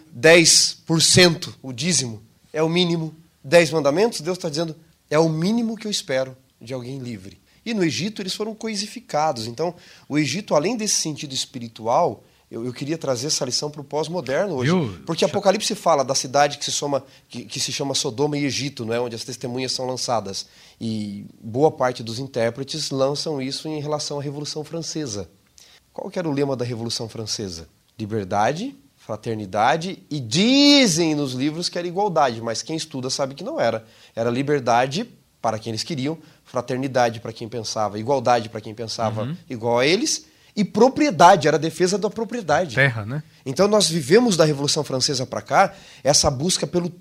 10%, o dízimo, é o mínimo. 10 mandamentos, Deus está dizendo, é o mínimo que eu espero de alguém livre. E no Egito eles foram coisificados. Então, o Egito, além desse sentido espiritual, eu queria trazer essa lição para o pós-moderno hoje. Porque Apocalipse fala da cidade que se chama Sodoma e Egito, não é? Onde as testemunhas são lançadas. E boa parte dos intérpretes lançam isso em relação à Revolução Francesa. Qual que era o lema da Revolução Francesa? Liberdade, fraternidade, e dizem nos livros que era igualdade, mas quem estuda sabe que não era. Era liberdade para quem eles queriam, fraternidade para quem pensava, igualdade para quem pensava igual a eles, e propriedade, era a defesa da propriedade. Terra, né? Então nós vivemos da Revolução Francesa para cá essa busca pelo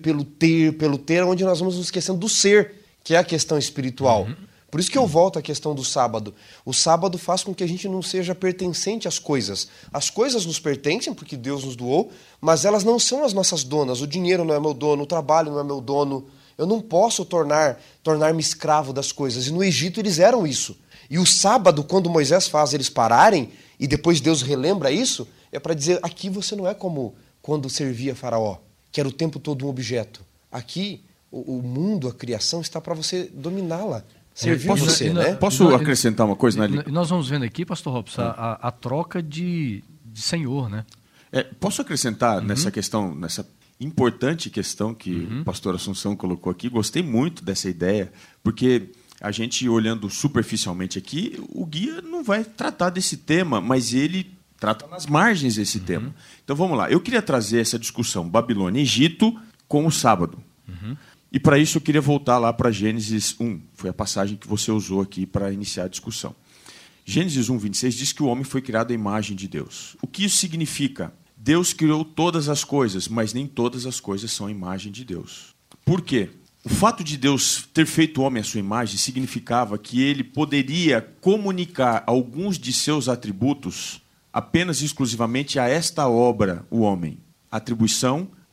ter, onde nós vamos nos esquecendo do ser, que é a questão espiritual. Por isso que eu volto à questão do sábado. O sábado faz com que a gente não seja pertencente às coisas. As coisas nos pertencem porque Deus nos doou, mas elas não são as nossas donas. O dinheiro não é meu dono, o trabalho não é meu dono. Eu não posso tornar-me escravo das coisas. E no Egito eles eram isso. E o sábado, quando Moisés faz eles pararem, e depois Deus relembra isso, é para dizer, aqui você não é como quando servia Faraó, que era o tempo todo um objeto. Aqui, o mundo, a criação, está para você dominá-la, servir você, né? Posso acrescentar uma coisa, Nali? Nós vamos vendo aqui, pastor Robson, a troca de senhor, né? Posso acrescentar nessa questão, nessa importante questão que o pastor Assunção colocou aqui? Gostei muito dessa ideia, porque a gente, olhando superficialmente aqui, o guia não vai tratar desse tema, mas ele trata nas margens desse tema. Então vamos lá. Eu queria trazer essa discussão Babilônia e Egito com o sábado. E para isso eu queria voltar lá para Gênesis 1. Foi a passagem que você usou aqui para iniciar a discussão. Gênesis 1, 26 diz que o homem foi criado à imagem de Deus. O que isso significa? Deus criou todas as coisas, mas nem todas as coisas são a imagem de Deus. Por quê? O fato de Deus ter feito o homem à sua imagem significava que ele poderia comunicar alguns de seus atributos apenas e exclusivamente a esta obra, o homem. Atribuição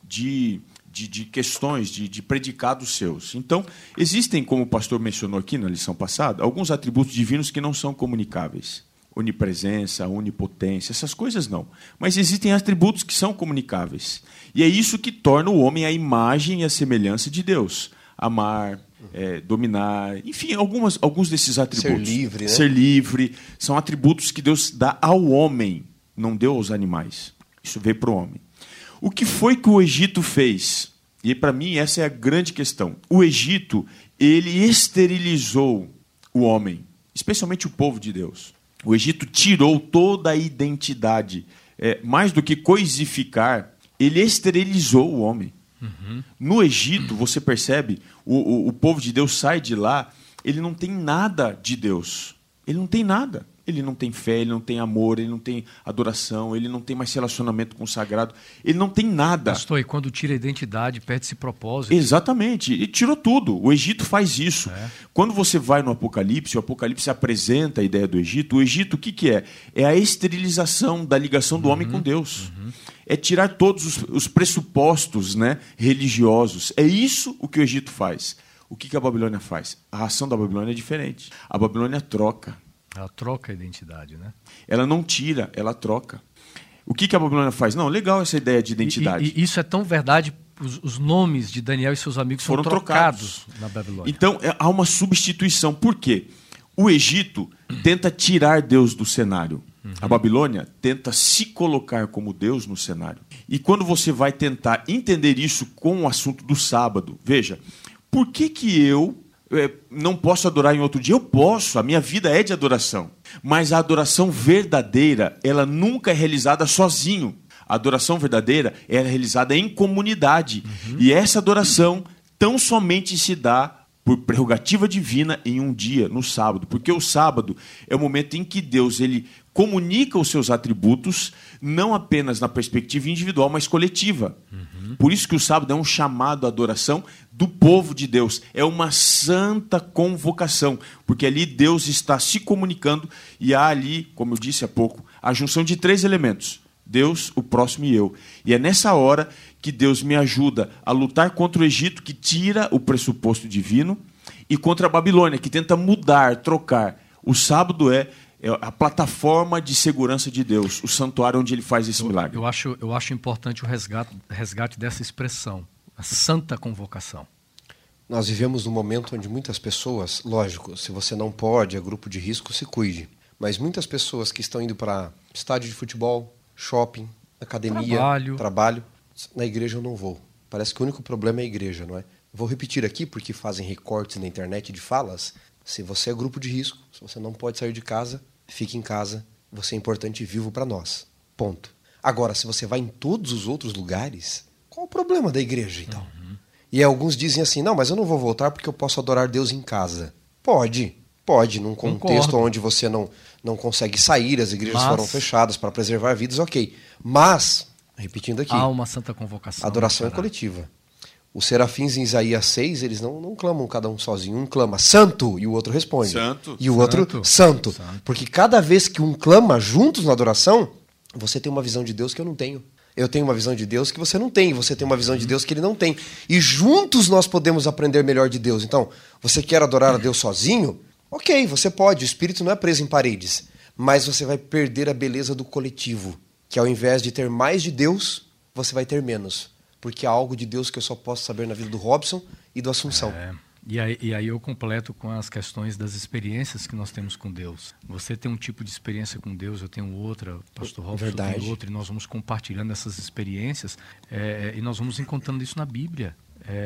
de questões, de predicados seus. Então, existem, como o pastor mencionou aqui na lição passada, alguns atributos divinos que não são comunicáveis. Onipresença, onipotência, essas coisas não. Mas existem atributos que são comunicáveis. E é isso que torna o homem a imagem e a semelhança de Deus. Amar, dominar, enfim, alguns desses atributos. Ser livre, né? Ser livre, são atributos que Deus dá ao homem, não deu aos animais. Isso veio para o homem. O que foi que o Egito fez? E para mim essa é a grande questão. O Egito, ele esterilizou o homem, especialmente o povo de Deus. O Egito tirou toda a identidade. Mais do que coisificar, ele esterilizou o homem. Uhum. No Egito, você percebe, o povo de Deus sai de lá, ele não tem nada de Deus. Ele não tem nada. Ele não tem fé, ele não tem amor, ele não tem adoração, ele não tem mais relacionamento com o sagrado. Ele não tem nada. Pastor, e quando tira a identidade, perde esse propósito. Exatamente. E tirou tudo. O Egito faz isso. Quando você vai no Apocalipse, o Apocalipse apresenta a ideia do Egito. O Egito, o que é? É a esterilização da ligação do homem com Deus. É tirar todos os pressupostos, né, religiosos. É isso o que o Egito faz. O que a Babilônia faz? A ação da Babilônia é diferente. A Babilônia troca. Ela troca a identidade, né? Ela não tira, ela troca. O que a Babilônia faz? Não, legal essa ideia de identidade. E isso é tão verdade, os nomes de Daniel e seus amigos foram trocados na Babilônia. Então, há uma substituição. Por quê? O Egito tenta tirar Deus do cenário. A Babilônia tenta se colocar como Deus no cenário. E quando você vai tentar entender isso com o assunto do sábado, veja, por que eu não posso adorar em outro dia? Eu posso, a minha vida é de adoração. Mas a adoração verdadeira, ela nunca é realizada sozinho. A adoração verdadeira é realizada em comunidade. E essa adoração tão somente se dá por prerrogativa divina em um dia, no sábado. Porque o sábado é o momento em que Deus ele comunica os seus atributos, não apenas na perspectiva individual, mas coletiva. Por isso que o sábado é um chamado à adoração do povo de Deus. É uma santa convocação, porque ali Deus está se comunicando e há ali, como eu disse há pouco, a junção de 3 elementos. Deus, o próximo e eu. E é nessa hora que Deus me ajuda a lutar contra o Egito, que tira o pressuposto divino, e contra a Babilônia, que tenta mudar, trocar. O sábado é a plataforma de segurança de Deus, o santuário onde ele faz esse milagre. Eu acho importante o resgate dessa expressão, a santa convocação. Nós vivemos num momento onde muitas pessoas, lógico, se você não pode, é grupo de risco, se cuide. Mas muitas pessoas que estão indo para estádio de futebol, shopping, academia, trabalho, na igreja eu não vou. Parece que o único problema é a igreja, não é? Vou repetir aqui, porque fazem recortes na internet de falas. Se você é grupo de risco, se você não pode sair de casa, fique em casa. Você é importante e vivo para nós. Ponto. Agora, se você vai em todos os outros lugares, qual o problema da igreja, então? E alguns dizem assim, não, mas eu não vou voltar porque eu posso adorar Deus em casa. Pode, num contexto onde você não consegue sair, as igrejas foram fechadas para preservar vidas, ok. Mas, repetindo aqui, há uma santa convocação. A adoração é coletiva. Os serafins em Isaías 6, eles não clamam cada um sozinho. Um clama santo e o outro responde. Santo. E o outro santo. Porque cada vez que um clama juntos na adoração, você tem uma visão de Deus que eu não tenho. Eu tenho uma visão de Deus que você não tem. Você tem uma visão de Deus que ele não tem. E juntos nós podemos aprender melhor de Deus. Então, você quer adorar a Deus sozinho? Ok, você pode. O espírito não é preso em paredes. Mas você vai perder a beleza do coletivo. Que ao invés de ter mais de Deus, você vai ter menos. Porque há algo de Deus que eu só posso saber na vida do Robson e do Assunção. E aí eu completo com as questões das experiências que nós temos com Deus. Você tem um tipo de experiência com Deus, eu tenho outra, pastor Robson tem outra, e nós vamos compartilhando essas experiências e nós vamos encontrando isso na Bíblia.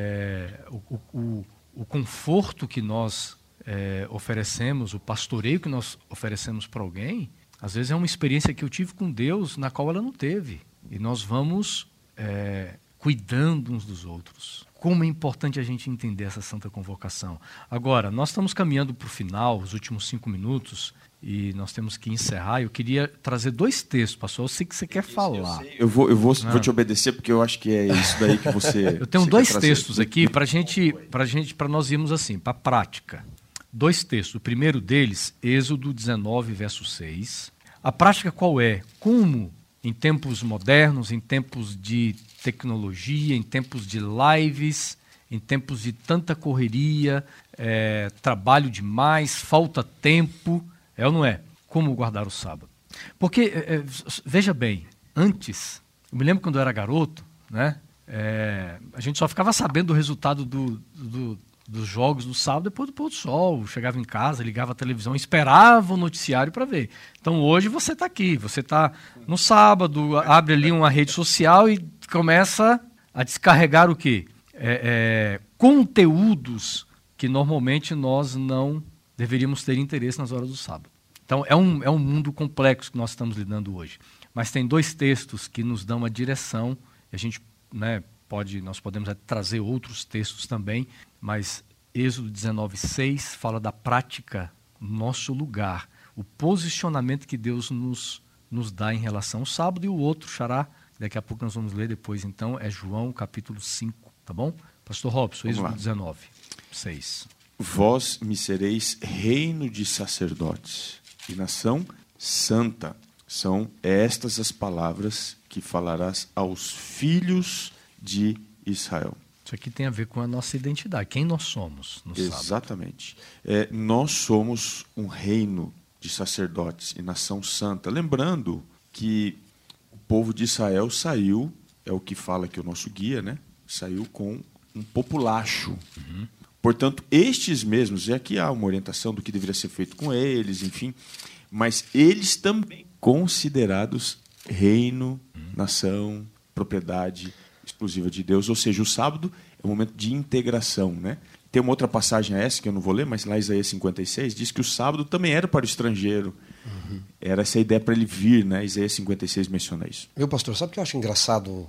O conforto que nós oferecemos, o pastoreio que nós oferecemos para alguém, às vezes é uma experiência que eu tive com Deus na qual ela não teve. E nós vamos cuidando uns dos outros. Como é importante a gente entender essa santa convocação. Agora, nós estamos caminhando para o final, os últimos 5 minutos, e nós temos que encerrar. Eu queria trazer 2 textos, pastor. Eu sei que você quer falar. Eu vou te obedecer, porque eu acho que é isso daí que você... Eu tenho 2 textos aqui para nós irmos assim, para a prática. 2 textos. O primeiro deles, Êxodo 19, verso 6. A prática qual é? Como em tempos modernos, em tempos de tecnologia, em tempos de lives, em tempos de tanta correria, trabalho demais, falta tempo, é ou não é? Como guardar o sábado? Porque, veja bem, antes, eu me lembro quando eu era garoto, né? A gente só ficava sabendo do resultado dos jogos no sábado depois do pôr do sol. Chegava em casa, ligava a televisão, esperava o noticiário para ver. Então hoje você está aqui, você está no sábado, abre ali uma rede social e começa a descarregar o quê? Conteúdos que normalmente nós não deveríamos ter interesse nas horas do sábado. Então é um mundo complexo que nós estamos lidando hoje. Mas tem 2 textos que nos dão uma direção, e a gente, né, nós podemos trazer outros textos também, mas Êxodo 19:6 fala da prática, nosso lugar, o posicionamento que Deus nos dá em relação ao sábado, e o outro, Xará, daqui a pouco nós vamos ler depois, então, é João capítulo 5, tá bom? Pastor Robson, Êxodo 19:6. Vós me sereis reino de sacerdotes e nação santa. São estas as palavras que falarás aos filhos de Israel. Isso aqui tem a ver com a nossa identidade, quem nós somos no sábado. Exatamente. Nós somos um reino de sacerdotes e nação santa. Lembrando que o povo de Israel saiu, é o que fala aqui o nosso guia, né? Saiu com um populacho. Uhum. Portanto, estes mesmos, e aqui há uma orientação do que deveria ser feito com eles, enfim, mas eles também considerados reino, nação, propriedade exclusiva de Deus, ou seja, o sábado é um momento de integração, né? Tem uma outra passagem essa que eu não vou ler, mas lá em Isaías 56 diz que o sábado também era para o estrangeiro. Uhum. Era essa a ideia para ele vir, né? Isaías 56 menciona isso. Meu pastor, sabe o que eu acho engraçado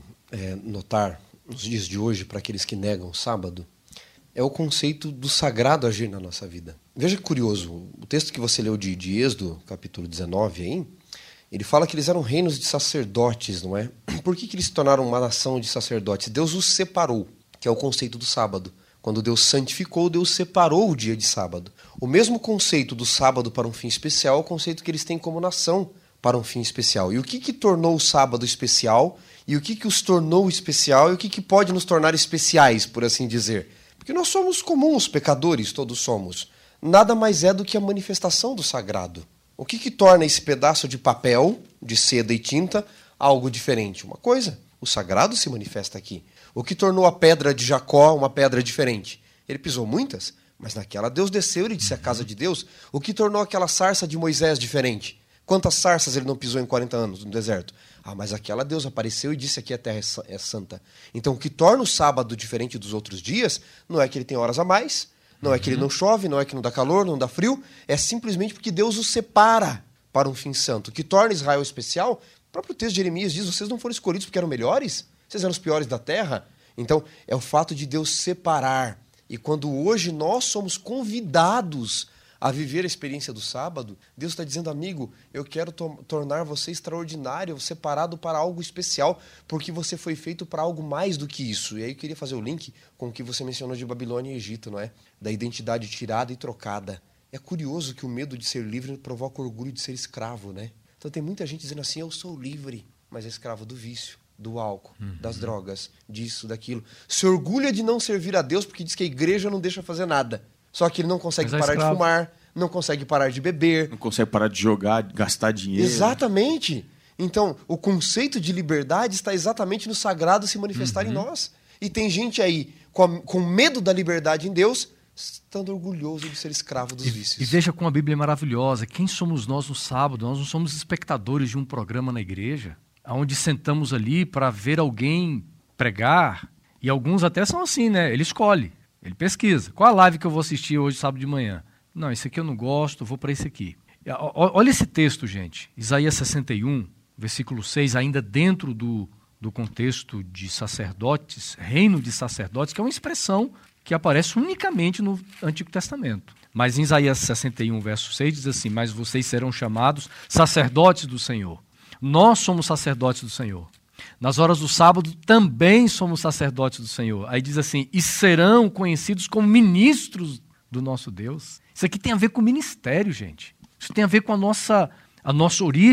notar nos dias de hoje para aqueles que negam o sábado? É o conceito do sagrado agir na nossa vida. Veja que curioso, o texto que você leu de Êxodo, capítulo 19, aí, ele fala que eles eram reinos de sacerdotes, não é? Por que eles se tornaram uma nação de sacerdotes? Deus os separou, que é o conceito do sábado. Quando Deus santificou, Deus separou o dia de sábado. O mesmo conceito do sábado para um fim especial é o conceito que eles têm como nação para um fim especial. E o que tornou o sábado especial? E o que os tornou especial? E o que pode nos tornar especiais, por assim dizer? Porque nós somos comuns, pecadores, todos somos. Nada mais é do que a manifestação do sagrado. O que torna esse pedaço de papel, de seda e tinta, algo diferente? Uma coisa, o sagrado se manifesta aqui. O que tornou a pedra de Jacó uma pedra diferente? Ele pisou muitas, mas naquela Deus desceu, ele disse a casa de Deus. O que tornou aquela sarça de Moisés diferente? Quantas sarças ele não pisou em 40 anos no deserto? Mas aquela Deus apareceu e disse que a terra é santa. Então o que torna o sábado diferente dos outros dias não é que ele tem horas a mais, não é que ele não chove, não é que não dá calor, não dá frio, é simplesmente porque Deus os separa para um fim santo. O que torna Israel especial, o próprio texto de Jeremias diz, vocês não foram escolhidos porque eram melhores? Vocês eram os piores da terra? Então, é o fato de Deus separar. E quando hoje nós somos convidados a viver a experiência do sábado, Deus está dizendo, amigo, eu quero tornar você extraordinário, separado para algo especial, porque você foi feito para algo mais do que isso. E aí eu queria fazer o link com o que você mencionou de Babilônia e Egito, não é? Da identidade tirada e trocada. É curioso que o medo de ser livre provoca o orgulho de ser escravo, né? Então tem muita gente dizendo assim, eu sou livre, mas é escravo do vício, do álcool, das drogas, disso, daquilo. Se orgulha de não servir a Deus porque diz que a igreja não deixa fazer nada. Só que ele não consegue parar de fumar, não consegue parar de beber. Não consegue parar de jogar, de gastar dinheiro. Exatamente. Então, o conceito de liberdade está exatamente no sagrado se manifestar em nós. E tem gente aí com medo da liberdade em Deus, estando orgulhoso de ser escravo dos vícios. E veja como a Bíblia é maravilhosa. Quem somos nós no sábado? Nós não somos espectadores de um programa na igreja, onde sentamos ali para ver alguém pregar. E alguns até são assim, né? Ele escolhe. Ele pesquisa. Qual a live que eu vou assistir hoje, sábado de manhã? Não, esse aqui eu não gosto, vou para esse aqui. Olha esse texto, gente. Isaías 61, versículo 6, ainda dentro do contexto de sacerdotes, reino de sacerdotes, que é uma expressão que aparece unicamente no Antigo Testamento. Mas em Isaías 61, verso 6, diz assim, mas vocês serão chamados sacerdotes do Senhor. Nós somos sacerdotes do Senhor. Nas horas do sábado também somos sacerdotes do Senhor. Aí diz assim, e serão conhecidos como ministros do nosso Deus. Isso aqui tem a ver com o ministério, gente. Isso tem a ver com a nossa origem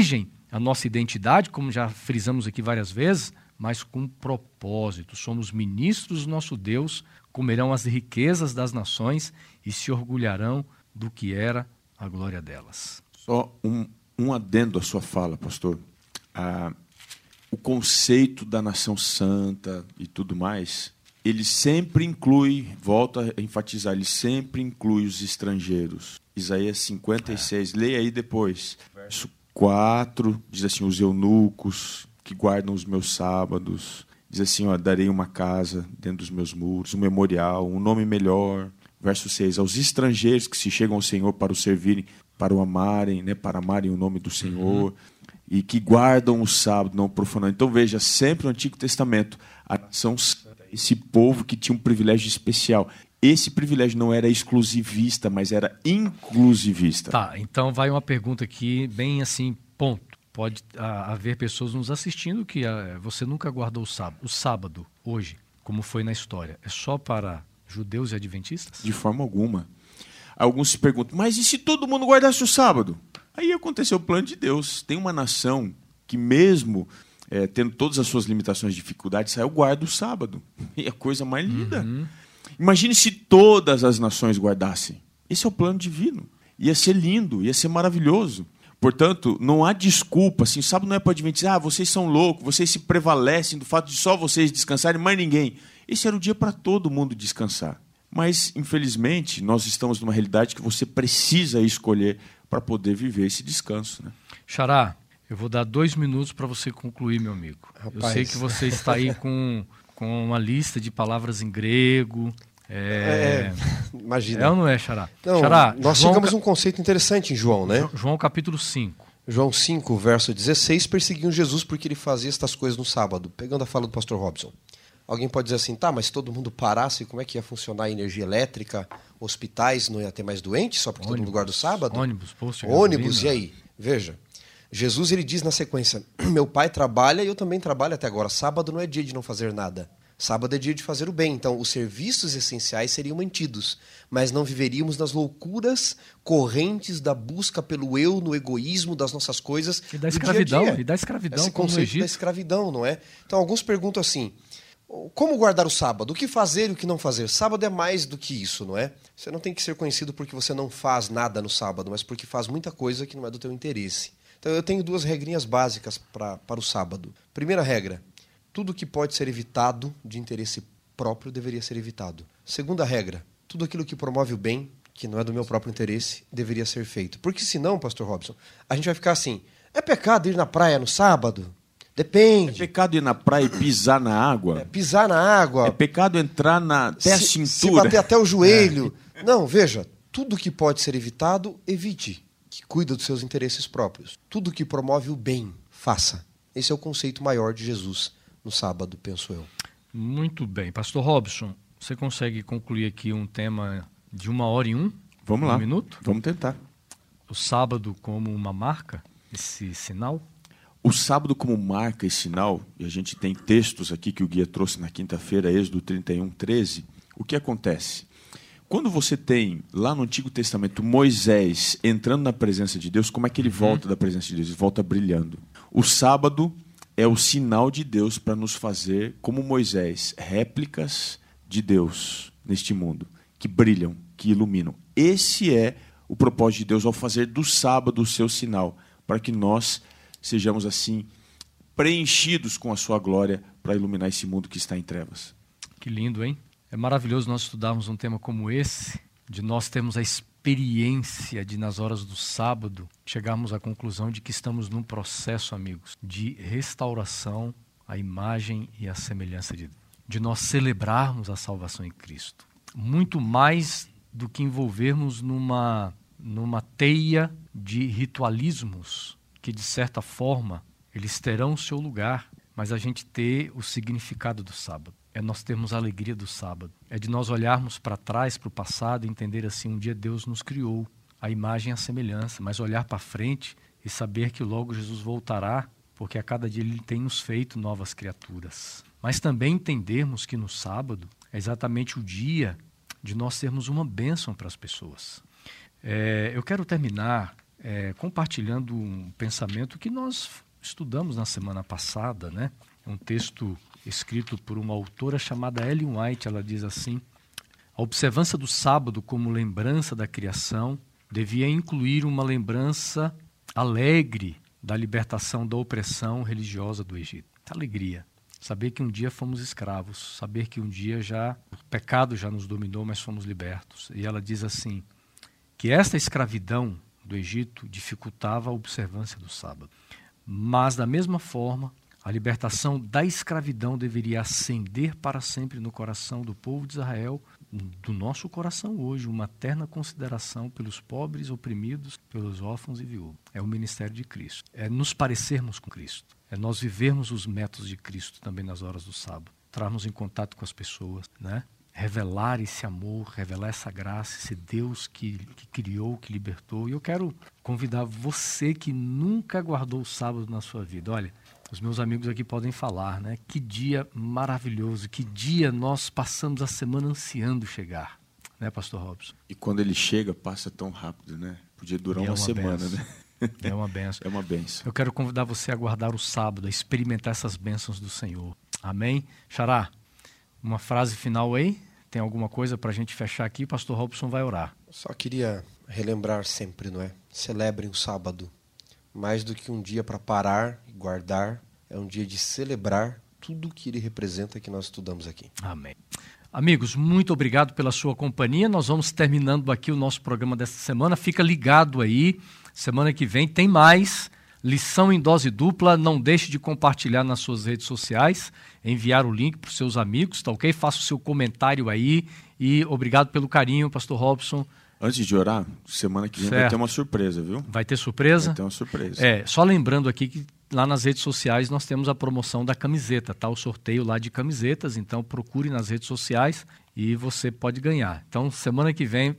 a nossa identidade, como já frisamos aqui várias vezes, mas com propósito. Somos ministros do nosso Deus, comerão as riquezas das nações e se orgulharão do que era a glória delas. Só um adendo à sua fala, pastor. O conceito da nação santa e tudo mais, ele sempre inclui, volto a enfatizar, ele sempre inclui os estrangeiros. Isaías 56, leia aí depois. Verso 4, diz assim, os eunucos que guardam os meus sábados. Diz assim, darei uma casa dentro dos meus muros, um memorial, um nome melhor. Verso 6, aos estrangeiros que se chegam ao Senhor para o servirem, para o amarem, né, para amarem o nome do Senhor, e que guardam o sábado, não profanando. Então veja, sempre no Antigo Testamento, a nação, esse povo que tinha um privilégio especial. Esse privilégio não era exclusivista, mas era inclusivista. Tá, então vai uma pergunta aqui, bem assim, ponto. Pode haver pessoas nos assistindo que você nunca guardou o sábado, hoje, como foi na história. É só para judeus e adventistas? De forma alguma. Alguns se perguntam, mas e se todo mundo guardasse o sábado? Aí aconteceu o plano de Deus. Tem uma nação que mesmo tendo todas as suas limitações e dificuldades, saiu guarda o sábado. E é a coisa mais linda. Imagine se todas as nações guardassem. Esse é o plano divino. Ia ser lindo, ia ser maravilhoso. Portanto, não há desculpa. Assim, o sábado não é para adventistas, vocês são loucos, vocês se prevalecem do fato de só vocês descansarem, mais ninguém. Esse era o dia para todo mundo descansar. Mas, infelizmente, nós estamos numa realidade que você precisa escolher para poder viver esse descanso. Né? Xará, eu vou dar 2 minutos para você concluir, meu amigo. Rapaz. Eu sei que você está aí com uma lista de palavras em grego. Imagina. É ou não é, Xará? Não, Xará, nós chegamos a um conceito interessante em João, né? João capítulo 5. João 5, verso 16, perseguiam Jesus porque ele fazia estas coisas no sábado. Pegando a fala do pastor Robson. Alguém pode dizer assim, tá, mas se todo mundo parasse, como é que ia funcionar a energia elétrica? Hospitais não ia ter mais doentes só porque todo mundo guarda o sábado? Ônibus, posto de ônibus, gasolina. e aí? Veja, Jesus ele diz na sequência, meu pai trabalha e eu também trabalho até agora. Sábado não é dia de não fazer nada. Sábado é dia de fazer o bem. Então, os serviços essenciais seriam mantidos, mas não viveríamos nas loucuras correntes da busca pelo eu, no egoísmo das nossas coisas. E da escravidão, dia a dia. E da escravidão, Esse como no conceito Egito. da escravidão, não é? Então, alguns perguntam assim, como guardar o sábado? O que fazer e o que não fazer? Sábado é mais do que isso, não é? Você não tem que ser conhecido porque você não faz nada no sábado, mas porque faz muita coisa que não é do teu interesse. Então, eu tenho 2 regrinhas básicas para o sábado. Primeira regra, tudo que pode ser evitado de interesse próprio deveria ser evitado. Segunda regra, tudo aquilo que promove o bem, que não é do meu próprio interesse, deveria ser feito. Porque senão, pastor Robson, a gente vai ficar assim, é pecado ir na praia no sábado? Depende. É pecado ir na praia e pisar na água? Pisar na água. É pecado entrar até a cintura? Se bater até o joelho. Não, veja, tudo que pode ser evitado, evite. Que cuida dos seus interesses próprios. Tudo que promove o bem, faça. Esse é o conceito maior de Jesus no sábado, penso eu. Muito bem. Pastor Robson, você consegue concluir aqui um tema de 1h01? Vamos lá. 1 minuto? Vamos tentar. O sábado como uma marca, esse sinal? O sábado como marca e sinal, e a gente tem textos aqui que o guia trouxe na quinta-feira, Êxodo 31, 13. O que acontece? Quando você tem, lá no Antigo Testamento, Moisés entrando na presença de Deus, como é que ele volta da presença de Deus? Ele volta brilhando. O sábado é o sinal de Deus para nos fazer, como Moisés, réplicas de Deus neste mundo, que brilham, que iluminam. Esse é o propósito de Deus ao fazer do sábado o seu sinal, para que nós sejamos assim preenchidos com a sua glória para iluminar esse mundo que está em trevas. Que lindo, hein? É maravilhoso nós estudarmos um tema como esse, de nós termos a experiência de, nas horas do sábado, chegarmos à conclusão de que estamos num processo, amigos, de restauração à imagem e à semelhança de Deus. De nós celebrarmos a salvação em Cristo. Muito mais do que envolvermos numa teia de ritualismos que, de certa forma, eles terão o seu lugar, mas a gente ter o significado do sábado. É nós termos a alegria do sábado. É de nós olharmos para trás, para o passado e entender assim, um dia Deus nos criou, a imagem e a semelhança, mas olhar para frente e saber que logo Jesus voltará, porque a cada dia Ele tem nos feito novas criaturas. Mas também entendermos que no sábado é exatamente o dia de nós termos uma bênção para as pessoas. Eu quero terminar compartilhando um pensamento que nós estudamos na semana passada, né? Um texto escrito por uma autora chamada Ellen White. Ela diz assim: a observância do sábado como lembrança da criação devia incluir uma lembrança alegre da libertação da opressão religiosa do Egito. Alegria. Saber que um dia fomos escravos, saber que um dia o pecado já nos dominou, mas fomos libertos. E ela diz assim, que esta escravidão do Egito dificultava a observância do sábado. Mas, da mesma forma, a libertação da escravidão deveria acender para sempre no coração do povo de Israel, do nosso coração hoje, uma terna consideração pelos pobres, oprimidos, pelos órfãos e viúvas. É o ministério de Cristo. É nos parecermos com Cristo. É nós vivermos os métodos de Cristo também nas horas do sábado. Entrarmos em contato com as pessoas, né? Revelar esse amor, revelar essa graça, esse Deus que criou, que libertou. E eu quero convidar você que nunca guardou o sábado na sua vida. Olha, os meus amigos aqui podem falar, né? Que dia maravilhoso, que dia nós passamos a semana ansiando chegar, né, Pastor Robson? E quando ele chega, passa tão rápido, né? Podia durar uma semana, benção, né? É uma benção. É uma benção. Eu quero convidar você a guardar o sábado, a experimentar essas bênçãos do Senhor. Amém? Xará, uma frase final aí? Tem alguma coisa para a gente fechar aqui? O Pastor Robson vai orar. Só queria relembrar sempre, não é? Celebrem o sábado. Mais do que um dia para parar e guardar, é um dia de celebrar tudo que ele representa que nós estudamos aqui. Amém. Amigos, muito obrigado pela sua companhia. Nós vamos terminando aqui o nosso programa desta semana. Fica ligado aí. Semana que vem tem mais lição em dose dupla. Não deixe de compartilhar nas suas redes sociais, enviar o link para os seus amigos, tá ok? Faça o seu comentário aí e obrigado pelo carinho, Pastor Robson. Antes de orar, semana que vem vai ter uma surpresa, viu? Vai ter surpresa? Vai ter uma surpresa. Só lembrando aqui que lá nas redes sociais nós temos a promoção da camiseta, tá? O sorteio lá de camisetas, então procure nas redes sociais e você pode ganhar. Então, semana que vem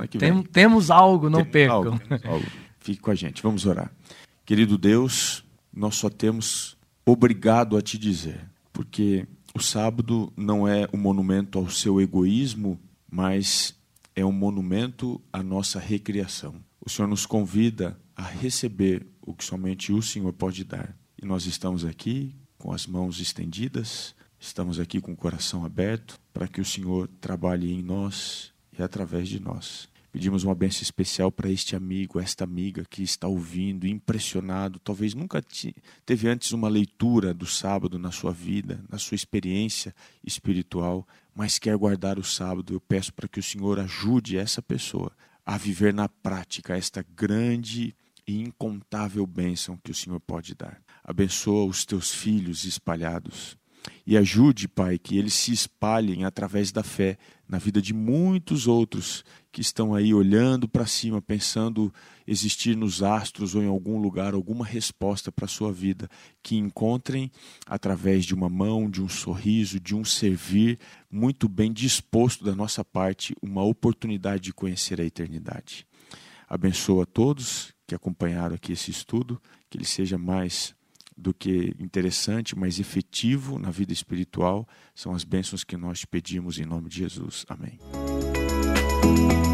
temos algo, não percam. Algo. Fique com a gente, vamos orar. Querido Deus, nós só temos obrigado a te dizer, porque o sábado não é um monumento ao seu egoísmo, mas é um monumento à nossa recriação. O Senhor nos convida a receber o que somente o Senhor pode dar. E nós estamos aqui com as mãos estendidas, estamos aqui com o coração aberto para que o Senhor trabalhe em nós e através de nós. Pedimos uma bênção especial para este amigo, esta amiga que está ouvindo, impressionado, talvez nunca teve antes uma leitura do sábado na sua vida, na sua experiência espiritual, mas quer guardar o sábado. Eu peço para que o Senhor ajude essa pessoa a viver na prática esta grande e incontável bênção que o Senhor pode dar. Abençoa os teus filhos espalhados e ajude, Pai, que eles se espalhem através da fé na vida de muitos outros que estão aí olhando para cima, pensando existir nos astros ou em algum lugar alguma resposta para a sua vida, que encontrem através de uma mão, de um sorriso, de um servir muito bem disposto da nossa parte, uma oportunidade de conhecer a eternidade. Abençoa a todos que acompanharam aqui esse estudo, que ele seja mais do que interessante, mas efetivo na vida espiritual. São as bênçãos que nós te pedimos em nome de Jesus. Amém.